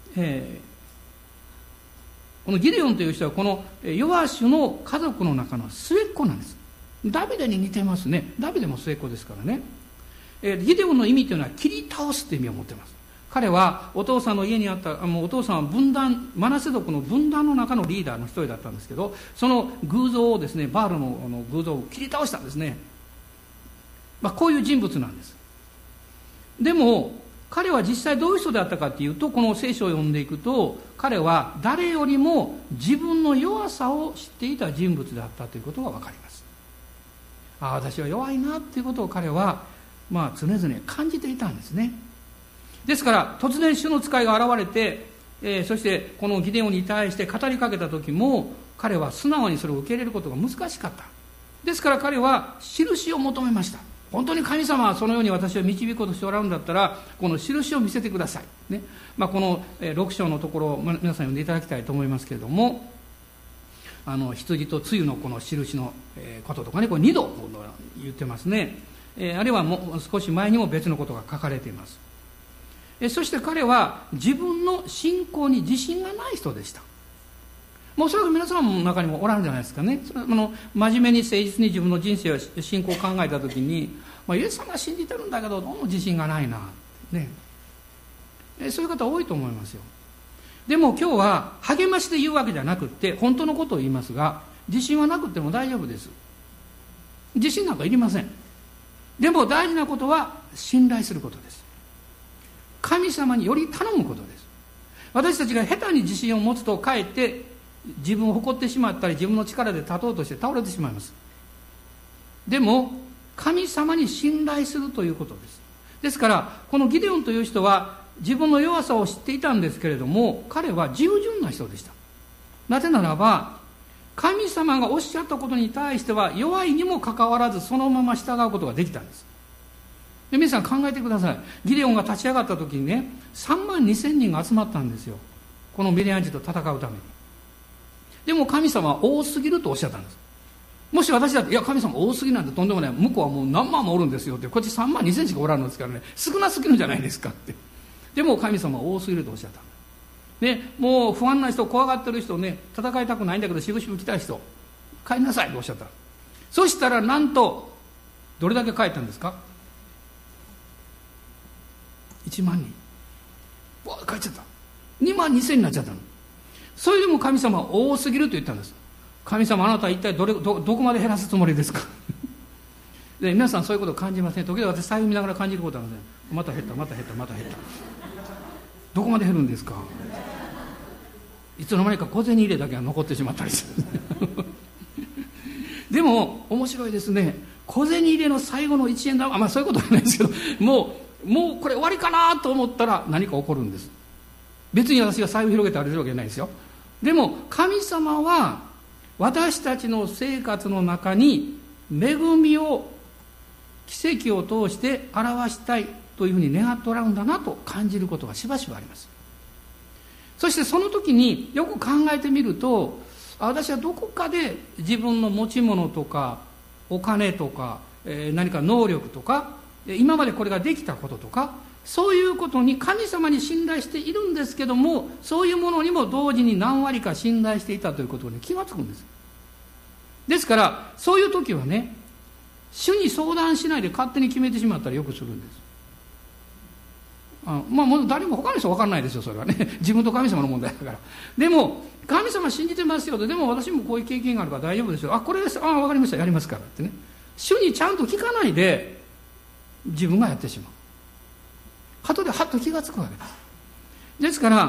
このギデオンという人はこのヨアシュの家族の中の末っ子なんです。ダビデに似てますね。ダビデも末っ子ですからね。ギデオンの意味というのは切り倒すという意味を持っています。彼はお父さんの家にあった、お父さんは分断、マナセ族の分断の中のリーダーの一人だったんですけど、その偶像をですね、バールの偶像を切り倒したんですね。こういう人物なんです。でも彼は実際どういう人であったかというと、この聖書を読んでいくと、彼は誰よりも自分の弱さを知っていた人物であったということが分かります。私は弱いなということを彼は常々感じていたんですね。ですから突然主の使いが現れて、そしてこのギデオンに対して語りかけた時も、彼は素直にそれを受け入れることが難しかった。ですから彼は印を求めました。本当に神様はそのように私を導こうとしておられるんだったら、この印を見せてください、ね。この6章のところを皆さん読んでいただきたいと思いますけれども、羊と露のこの印のこととかね、これ2度言ってますね。あるいはもう少し前にも別のことが書かれています。そして彼は自分の信仰に自信がない人でした。おそらく皆さんの中にもおられるんじゃないですかね。真面目に誠実に自分の人生や信仰を考えたときに、イエス様は信じてるんだけどどうも自信がないな、ね、そういう方多いと思いますよ。でも今日は励ましで言うわけじゃなくって、本当のことを言いますが、自信はなくても大丈夫です。自信なんかいりません。でも大事なことは信頼することです。神様により頼むことです。私たちが下手に自信を持つと、かえって自分を誇ってしまったり、自分の力で立とうとして倒れてしまいます。でも神様に信頼するということです。ですからこのギデオンという人は自分の弱さを知っていたんですけれども、彼は従順な人でした。なぜならば、神様がおっしゃったことに対しては弱いにもかかわらずそのまま従うことができたんです。で皆さん考えてください。ギデオンが立ち上がった時にね、32,000人が集まったんですよ、このミディアン人と戦うために。でも神様は多すぎるとおっしゃったんです。もし私だって、いや神様多すぎなんてとんでもない、向こうはもう何万もおるんですよって、こっち32,000しかおらんのですからね、少なすぎるんじゃないですかって。でも神様は多すぎるとおっしゃったんです。ね、もう不安な人、怖がってる人ね、戦いたくないんだけどしぶしぶ来たい人、帰りなさいとおっしゃった。そしたらなんとどれだけ帰ったんですか。 1万人帰っちゃった。2万2千になっちゃったの。それでも神様は多すぎると言ったんです。神様、あなたは一体どこまで減らすつもりですかで、皆さんそういうことを感じません？時々私財布見ながら感じることあるんですよ。また減ったまた減ったまた減った、どこまで減るんですか？いつの間にか小銭入れだけが残ってしまったりするでも面白いですね。小銭入れの最後の1円玉、そういうことはないですけど、もうこれ終わりかなと思ったら何か起こるんです。別に私が財布広げてあげるわけないですよ。でも神様は私たちの生活の中に恵みを、奇跡を通して表したいというふうに願っておられるんだなと感じることがしばしばあります。そしてその時によく考えてみると、私はどこかで自分の持ち物とかお金とか、何か能力とか、今までこれができたこととか、そういうことに神様に信頼しているんですけども、そういうものにも同時に何割か信頼していたということに気がつくんです。ですからそういう時はね、主に相談しないで勝手に決めてしまったらよくするんです。もう誰も他の人は分からないですよ、それはね自分と神様の問題だから。でも神様信じてますよと、でも私もこういう経験があるから大丈夫ですよ、これです、分かりました、やりますからってね、主にちゃんと聞かないで自分がやってしまう。後でハッと気がつくわけです。ですから、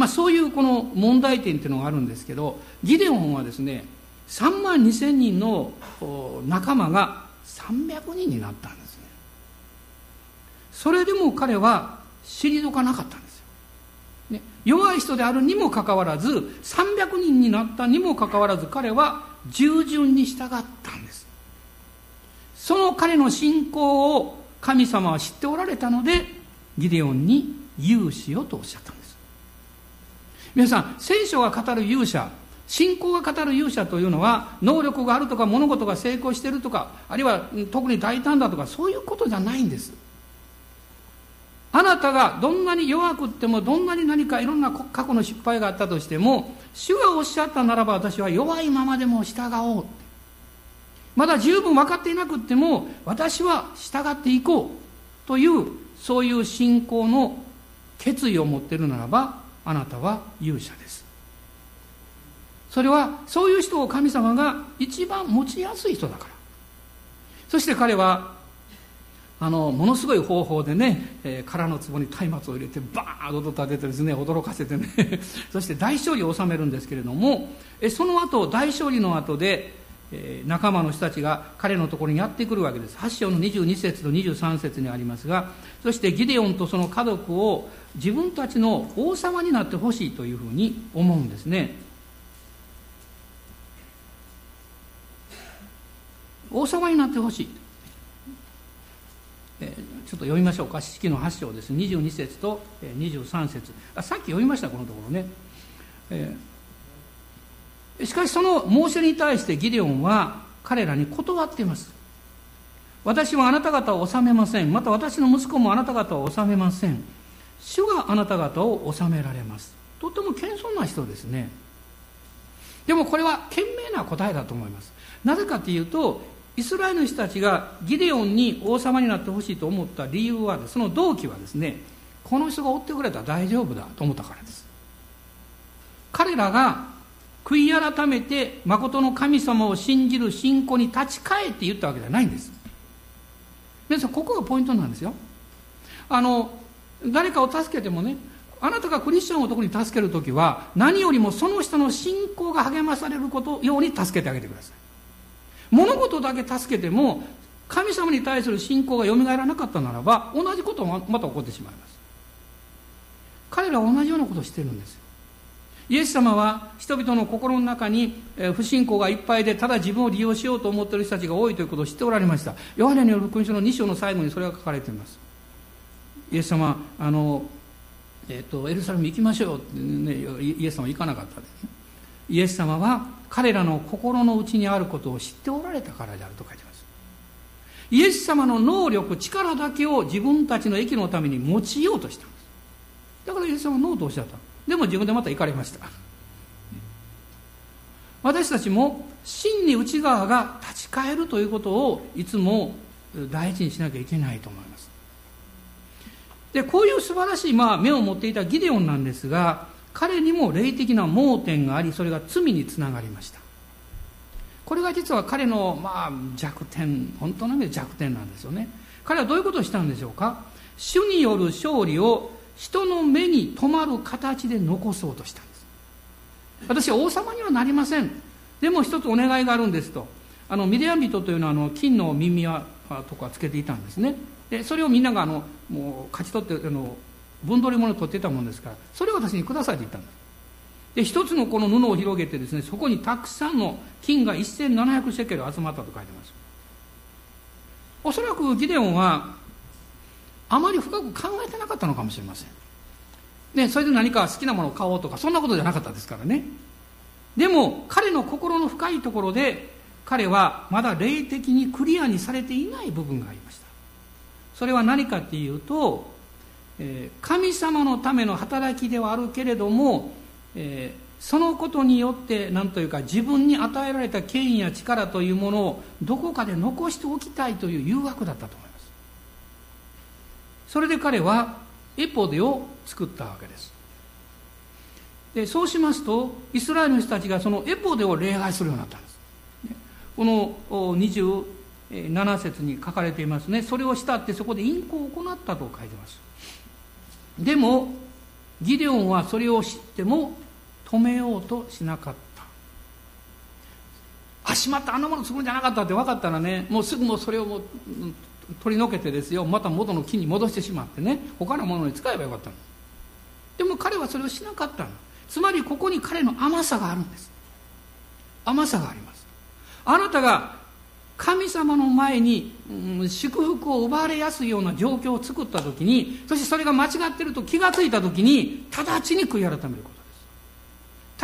そういうこの問題点っていうのがあるんですけど、ギデオンはですね、3万2千人の仲間が300人になったんですね。それでも彼は退かなかったんですよ、ね、弱い人であるにもかかわらず、300人になったにもかかわらず、彼は従順に従ったんです。その彼の信仰を神様は知っておられたので、ギデオンに勇士よとおっしゃったんです。皆さん、聖書が語る勇者、信仰が語る勇者というのは、能力があるとか物事が成功しているとか、あるいは特に大胆だとか、そういうことじゃないんです。あなたがどんなに弱くっても、どんなに何かいろんな過去の失敗があったとしても、主がおっしゃったならば私は弱いままでも従おう。まだ十分分かっていなくっても私は従っていこうという、そういう信仰の決意を持っているならば、あなたは勇者です。それはそういう人を神様が一番持ちやすい人だから。そして彼はものすごい方法でね、空の壺に松明を入れてバーンと立ててですね、驚かせてねそして大勝利を収めるんですけれども、その後、大勝利の後で仲間の人たちが彼のところにやってくるわけです。8章の22節と23節にありますが、そしてギデオンとその家族を自分たちの王様になってほしいというふうに思うんですね。王様になってほしい。ちょっと読みましょうか。士の8章です。22節と23節。さっき読みました、このところね。しかしそのモーセに対してギデオンは彼らに断っています。私はあなた方を治めません。また私の息子もあなた方を治めません。主があなた方を治められます。とても謙遜な人ですね。でもこれは賢明な答えだと思います。なぜかというと、イスラエルの人たちがギデオンに王様になってほしいと思った理由は、その動機はですね、この人が追ってくれたら大丈夫だと思ったからです。彼らが悔い改めて誠の神様を信じる信仰に立ち返って言ったわけじゃないんです。皆さん、ここがポイントなんですよ。誰かを助けてもね、あなたがクリスチャンを特に助けるときは、何よりもその人の信仰が励まされることように助けてあげてください。物事だけ助けても神様に対する信仰がよみがえらなかったならば、同じことがまた起こってしまいます。彼らは同じようなことをしているんですよ。イエス様は人々の心の中に不信仰がいっぱいで、ただ自分を利用しようと思っている人たちが多いということを知っておられました。ヨハネによる福音書の2章の最後にそれが書かれています。イエス様エルサレム行きましょうって、ね、イエス様は行かなかったですね。イエス様は彼らの心の内にあることを知っておられたからであると書いています。イエス様の能力、力だけを自分たちの益のために用いようとしたんです。だからイエス様はノーとおっしゃった。でも自分でまた行かれました。私たちも真に内側が立ち返るということをいつも大事にしなきゃいけないと思います。 でこういう素晴らしい、目を持っていたギデオンなんですが、彼にも霊的な盲点があり、それが罪につながりました。これが実は彼の弱点、本当の意味で弱点なんですよね。彼はどういうことをしたんでしょうか。主による勝利を人の目に留まる形で残そうとしたんです。私は王様にはなりません。でも一つお願いがあるんですと。ミディアン人というのは金の耳輪とかつけていたんですね。でそれをみんながもう勝ち取って分取り物を取っていたものですから、それを私にくださいと言ったんです。で一つのこの布を広げてですね、そこにたくさんの金が1700シェケル集まったと書いてます。おそらくギデオンはあまり深く考えてなかったのかもしれません。ね、それで何か好きなものを買おうとかそんなことじゃなかったですからね。でも彼の心の深いところで、彼はまだ霊的にクリアにされていない部分がありました。それは何かっていうと、神様のための働きではあるけれども、そのことによって何というか自分に与えられた権威や力というものをどこかで残しておきたいという誘惑だったと思います。それで彼はエポデを作ったわけです。でそうしますとイスラエルの人たちがそのエポデを礼拝するようになったんです。この27節に書かれていますね。それをしたってそこで淫行を行ったと書いてます。でもギデオンはそれを知っても止めようとしなかった。しまった、あんなもの作るんじゃなかったって分かったらね、もうすぐそれを取り除けてですよ、また元の木に戻してしまってね、他のものに使えばよかったの。でも彼はそれをしなかったの。つまりここに彼の甘さがあるんです。甘さがあります。あなたが神様の前に、祝福を奪われやすいような状況を作った時に、そしてそれが間違っていると気がついた時に直ちに悔い改めることです。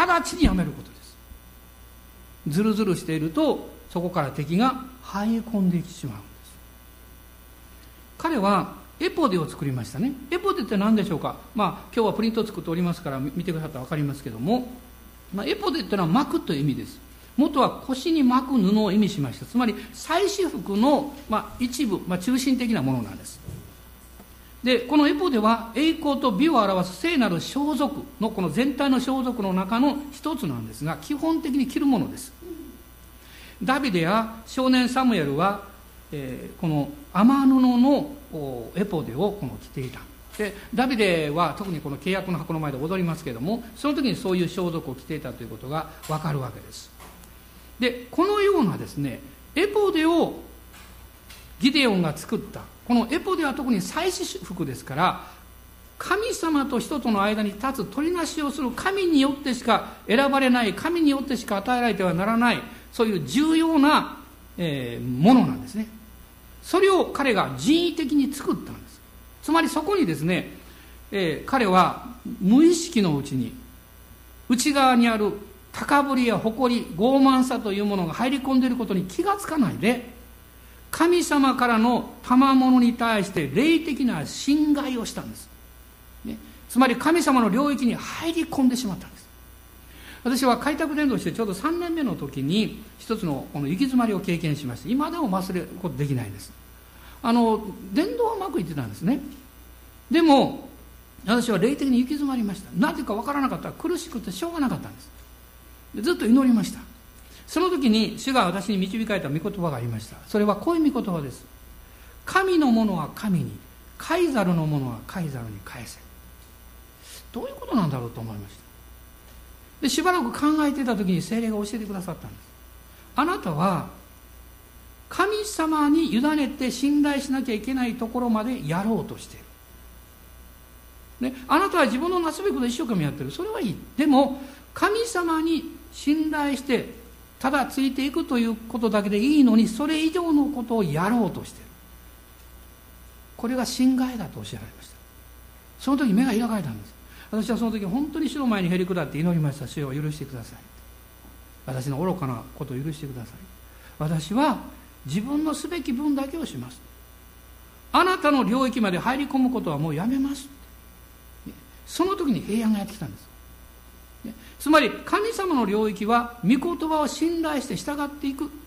直ちにやめることです。ずるずるしているとそこから敵が入り込んでいってしまうんです。彼はエポデを作りましたね。エポデって何でしょうか。今日はプリントを作っておりますから見てくださったら分かりますけども、エポデってのは巻くという意味です。元は腰に巻く布を意味しました。つまり祭祀服の、一部、中心的なものなんです。でこのエポデは栄光と美を表す聖なる装束のこの全体の装束の中の一つなんですが、基本的に着るものです。ダビデや少年サムエルは、この雨布のエポデを着ていた。でダビデは特にこの契約の箱の前で踊りますけれども、その時にそういう装束を着ていたということが分かるわけです。でこのようなですねエポデをギデオンが作った。このエポデは特に祭祀服ですから、神様と人との間に立つ取りなしをする神によってしか選ばれない、神によってしか与えられてはならない、そういう重要な、ものなんですね。それを彼が人為的に作ったんです。つまりそこにですね、彼は無意識のうちに内側にある高ぶりや誇り、傲慢さというものが入り込んでいることに気がつかないで、神様からの賜物に対して霊的な侵害をしたんです、ね、つまり神様の領域に入り込んでしまったんです。私は開拓伝道してちょうど3年目の時に一つのこの行き詰まりを経験しまして、今でも忘れることできないです。伝道はうまくいってたんですね。でも私は霊的に行き詰まりました。なぜか分からなかった。苦しくてしょうがなかったんです。ずっと祈りました。その時に主が私に導かれた御言葉がありました。それはこういう御言葉です。神のものは神に、カイザルのものはカイザルに返せ。どういうことなんだろうと思いました。でしばらく考えていた時に聖霊が教えてくださったんです。あなたは神様に委ねて信頼しなきゃいけないところまでやろうとしている、ね、あなたは自分のなすべきことを一生懸命やってる。それはいい。でも神様に信頼してただついていくということだけでいいのに、それ以上のことをやろうとしている。これが侵害だと教えられました。その時目が開かれたんです。私はその時本当に主の前にへり下って祈りました。主を許してください。私の愚かなことを許してください。私は自分のすべき分だけをします。あなたの領域まで入り込むことはもうやめます。その時に平安がやってきたんです。つまり神様の領域は御言葉を信頼して従っていく。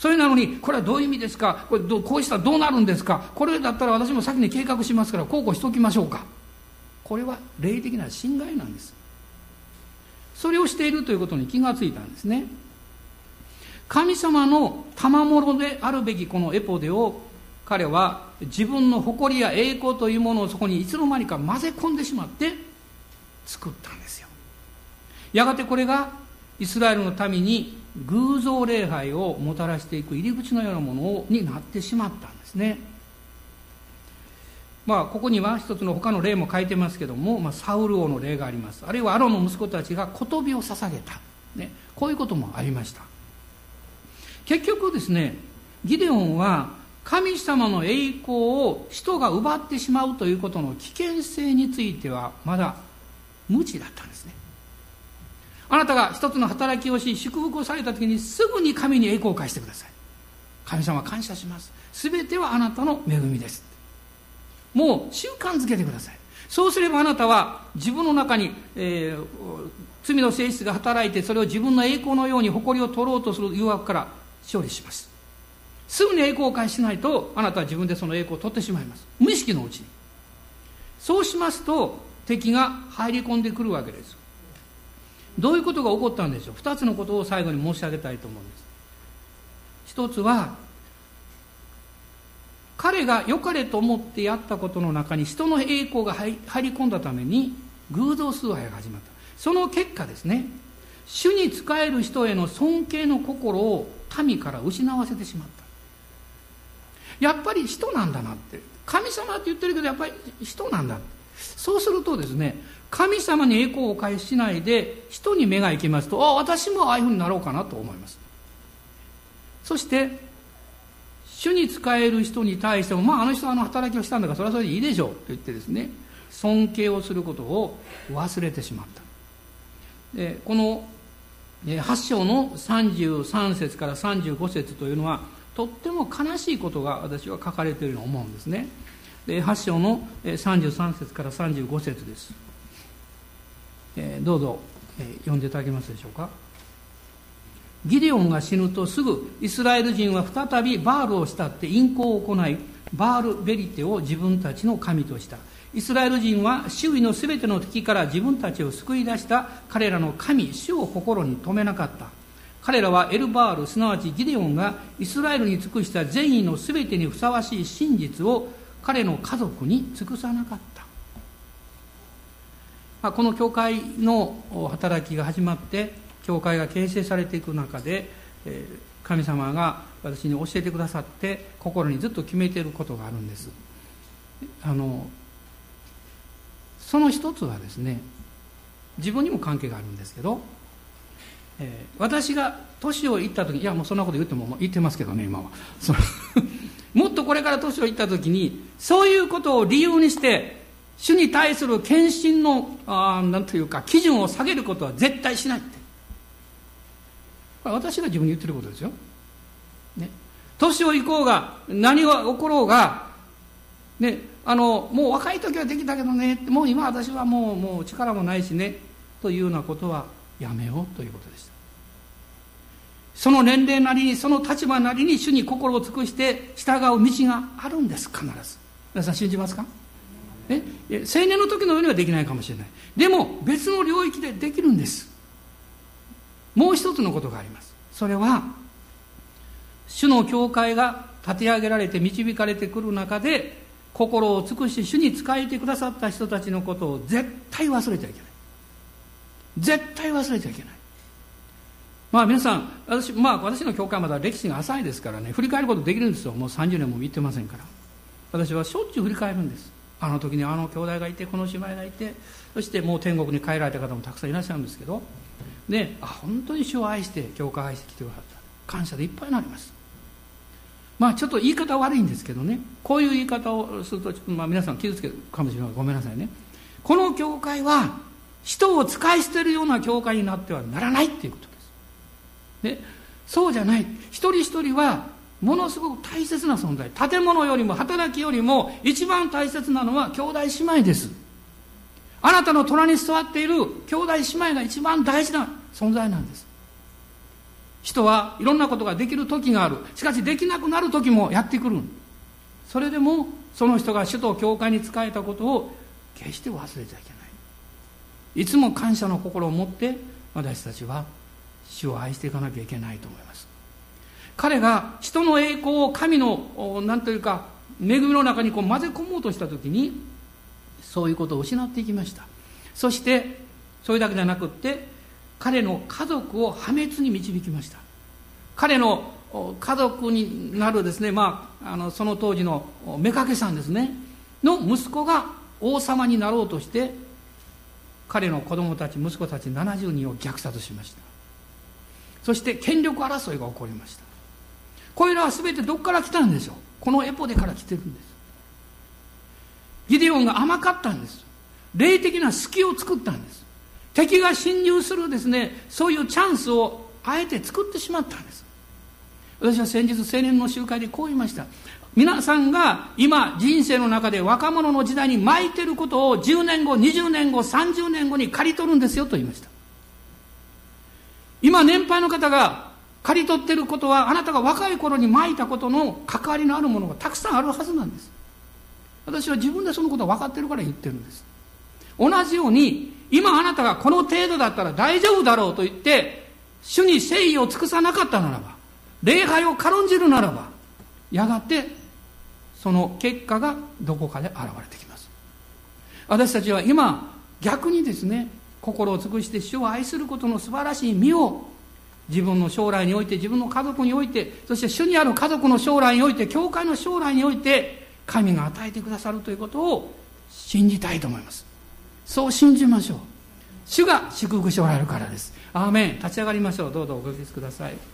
それなのに、これはどういう意味ですか、これこうしたらどうなるんですか、これだったら私も先に計画しますからこうしておきましょうか。これは霊的な侵害なんです。それをしているということに気がついたんですね。神様の賜物であるべきこのエポデを、彼は自分の誇りや栄光というものをそこにいつの間にか混ぜ込んでしまって作ったんですよ。やがてこれがイスラエルの民に偶像礼拝をもたらしていく入り口のようなものになってしまったんですね。ここには一つの他の例も書いてますけども、サウル王の例があります。あるいはアロンの息子たちが小飛びを捧げた、こういうこともありました。結局ですね、ギデオンは神様の栄光を人が奪ってしまうということの危険性についてはまだ無知だったんですね。あなたが一つの働きをし祝福をされた時にすぐに神に栄光を返してください。神様感謝します、すべてはあなたの恵みです、もう習慣づけてください。そうすればあなたは自分の中に、罪の性質が働いて、それを自分の栄光のように誇りを取ろうとする誘惑から勝利します。すぐに栄光を返しないと、あなたは自分でその栄光を取ってしまいます、無意識のうちに。そうしますと敵が入り込んでくるわけです。どういうことが起こったんでしょう。2つのことを最後に申し上げたいと思うんです。一つは、彼が良かれと思ってやったことの中に人の栄光が入り込んだために偶像崇拝が始まった。その結果ですね、主に仕える人への尊敬の心を民から失わせてしまった。やっぱり人なんだなって、神様って言ってるけどやっぱり人なんだ。そうするとですね、神様に栄光を返しないで人に目が行きますと、私もああいうふうになろうかなと思います。そして主に仕える人に対しても、あの人は働きをしたんだからそれはそれでいいでしょうと言ってですね、尊敬をすることを忘れてしまった。でこの8章の33節から35節というのはとっても悲しいことが私は書かれていると思うんですね。で8章の33節から35節です。どうぞ読んでいただけますでしょうか。ギデオンが死ぬとすぐイスラエル人は再びバールを慕って淫行を行い、バールベリテを自分たちの神とした。イスラエル人は周囲のすべての敵から自分たちを救い出した彼らの神主を心に留めなかった。彼らはエルバール、すなわちギデオンがイスラエルに尽くした善意のすべてにふさわしい真実を彼の家族に尽くさなかった。この教会の働きが始まって教会が形成されていく中で、神様が私に教えてくださって心にずっと決めていることがあるんです。その一つはですね、自分にも関係があるんですけど、私が年をいった時に、もうそんなこと言っても言ってますけどね今はもっとこれから年をいった時にそういうことを理由にして主に対する献身のなんというか基準を下げることは絶対しないって、これ私が自分に言ってることですよ、年をいこうが何が起ころうが、もう若い時はできたけどね、もう今私はもう力もないしねというようなことはやめようということでした。その年齢なりにその立場なりに主に心を尽くして従う道があるんです。必ず皆さん信じますか。青年の時のようにはできないかもしれない。でも別の領域でできるんです。もう一つのことがあります。それは主の教会が立て上げられて導かれてくる中で、心を尽くして主に仕えてくださった人たちのことを絶対忘れちゃいけない。絶対忘れちゃいけない。皆さん、私の教会はまだ歴史が浅いですからね、振り返ることできるんですよ。もう30年も行ってませんから。私はしょっちゅう振り返るんです。あの時にあの兄弟がいて、この姉妹がいて、そしてもう天国に帰られた方もたくさんいらっしゃるんですけど、本当に主を愛して教会を愛してきてくださった。感謝でいっぱいになります。ちょっと言い方悪いんですけどね、こういう言い方をすると皆さん傷つけるかもしれない。ごめんなさいね。この教会は人を使い捨てるような教会になってはならないっていうことです。そうじゃない。一人一人はものすごく大切な存在。建物よりも働きよりも一番大切なのは兄弟姉妹です。あなたの隣に座っている兄弟姉妹が一番大事な存在なんです。 人はいろんなことができる時がある。しかしできなくなる時もやってくる。それでもその人が主と教会に仕えたことを決して忘れちゃいけない。いつも感謝の心を持って私たちは主を愛していかなきゃいけないと思います。彼が人の栄光を神の何というか恵みの中に混ぜ込もうとした時にそういうことを失っていきました。そしてそれだけじゃなくって彼の家族を破滅に導きました。彼の家族になるですね、その当時の妾さんですねの息子が王様になろうとして彼の子供たち息子たち70人を虐殺しました。そして権力争いが起こりました。これらは全てどこから来たんでしょう。このエポデから来てるんです。ギデオンが甘かったんです。霊的な隙を作ったんです。敵が侵入するですね、そういうチャンスをあえて作ってしまったんです。私は先日青年の集会でこう言いました。皆さんが今人生の中で若者の時代に巻いてることを10年後、20年後、30年後に刈り取るんですよと言いました。今年配の方が刈り取ってることはあなたが若い頃に巻いたことの関わりのあるものがたくさんあるはずなんです。私は自分でそのことを分かってるから言ってるんです。同じように今あなたがこの程度だったら大丈夫だろうと言って主に誠意を尽くさなかったならば、礼拝を軽んじるならば、やがてその結果がどこかで現れてきます。私たちは今逆にですね、心を尽くして主を愛することの素晴らしい実を自分の将来において、自分の家族において、そして主にある家族の将来において、教会の将来において神が与えてくださるということを信じたいと思います。そう信じましょう。主が祝福しておられるからです。アーメン。立ち上がりましょう。どうぞおかけください。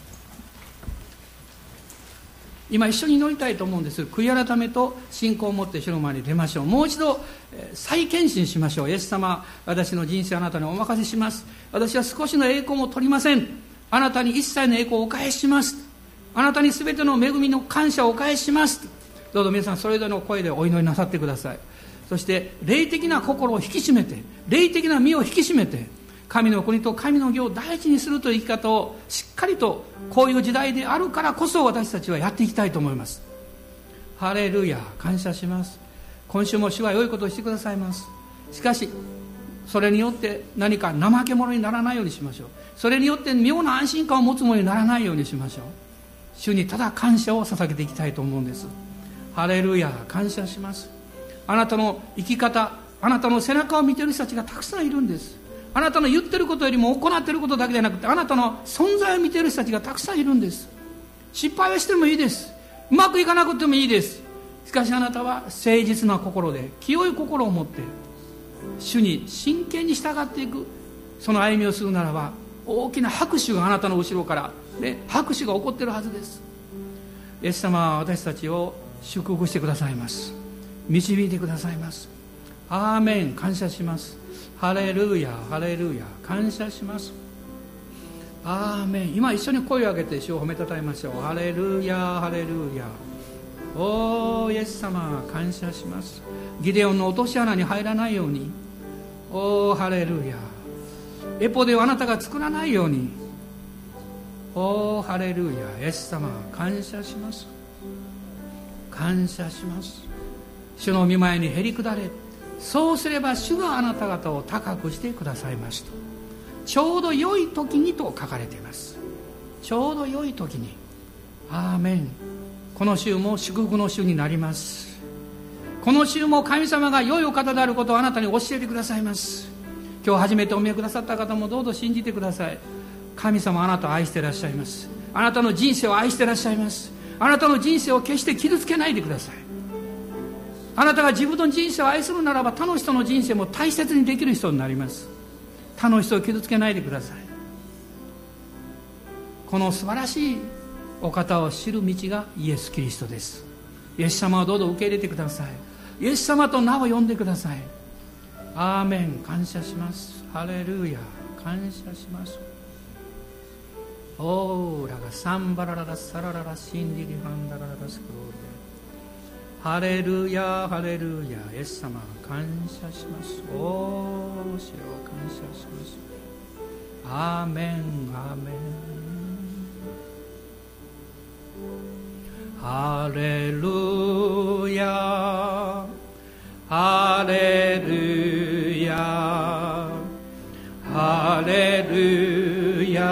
今一緒に祈りたいと思うんです。悔い改めと信仰を持って主の前に出ましょう。もう一度再献身しましょう。イエス様、私の人生あなたにお任せします。私は少しの栄光も取りません。あなたに一切の栄光をお返しします。あなたに全ての恵みの感謝をお返しします。どうぞ皆さんそれぞれの声でお祈りなさってください。そして霊的な心を引き締めて、霊的な身を引き締めて、神の国と神の義を大事にするという生き方をしっかりと、こういう時代であるからこそ私たちはやっていきたいと思います。ハレルヤ、感謝します。今週も主は良いことをしてくださいます。しかしそれによって何か怠け者にならないようにしましょう。それによって妙な安心感を持つものにならないようにしましょう。主にただ感謝を捧げていきたいと思うんです。ハレルヤ、感謝します。あなたの生き方、あなたの背中を見ている人たちがたくさんいるんです。あなたの言ってることよりも行っていることだけではなくて、あなたの存在を見ている人たちがたくさんいるんです。失敗をしてもいいです。うまくいかなくてもいいです。しかしあなたは誠実な心で、清い心を持って主に真剣に従っていく、その歩みをするならば、大きな拍手があなたの後ろから拍手が起こっているはずです。イエス様は私たちを祝福してくださいます。導いてくださいます。アーメン。感謝します。ハレルヤ、ハレルヤ、感謝します。アーメン。今一緒に声を上げて主を褒めたたえましょう。ハレルヤ、ハレルヤ。おー、イエス様、感謝します。ギデオンの落とし穴に入らないように、おー、ハレルヤ。エポではあなたが作らないように、おー、ハレルヤ。イエス様、感謝します。感謝します。主の御前にへり下れ。そうすれば主があなた方を高くしてくださいますと、ちょうど良い時にと書かれています。ちょうど良い時に。アーメン。この週も祝福の週になります。この週も神様が良いお方であることをあなたに教えてくださいます。今日初めてお見えくださった方もどうぞ信じてください。神様あなたを愛していらっしゃいます。あなたの人生を愛していらっしゃいます。あなたの人生を決して傷つけないでください。あなたが自分の人生を愛するならば、他の人の人生も大切にできる人になります。他の人を傷つけないでください。この素晴らしいお方を知る道がイエス・キリストです。イエス様をどうぞ受け入れてください。イエス様と名を呼んでください。アーメン。感謝します。ハレルヤ、感謝します。オーラがサンバラララサラララシンディリハンダラララスクロールで、ハレルヤ、ハレルヤ。イエス様、感謝します。おー、主を感謝します。アーメン、アーメン。 ハレルヤハレルヤハレルヤ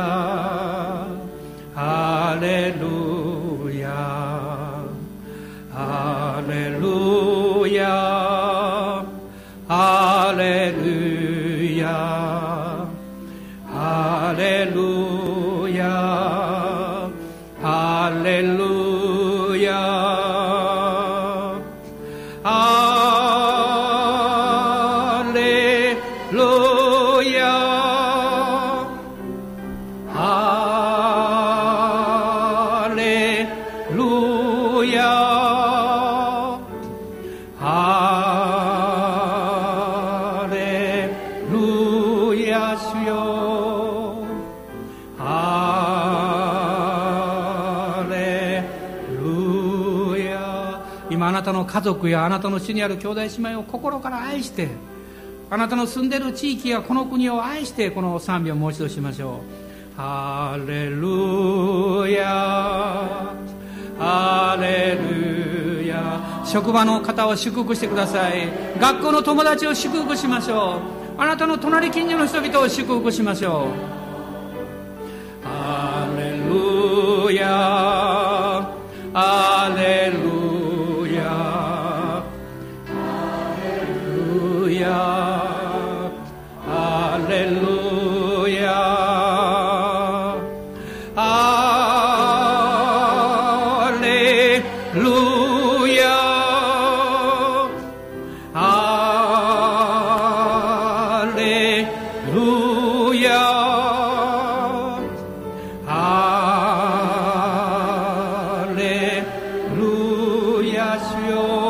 ハレルヤハレルヤハレルヤハレルヤハレルヤハレルヤハレルヤハレルヤ主よハレルヤ。今あなたの家族やあなたの主にある兄弟姉妹を心から愛して、あなたの住んでいる地域やこの国を愛して、この賛美をもう一度しましょう。ハレルヤハレルヤ。職場の方を祝福してください。学校の友達を祝福しましょう。あなたの隣近所の人々を祝福しましょう。ハレルヤハレルヤハレルヤハレルヤハレルヤハレルヤハレルヤ主よ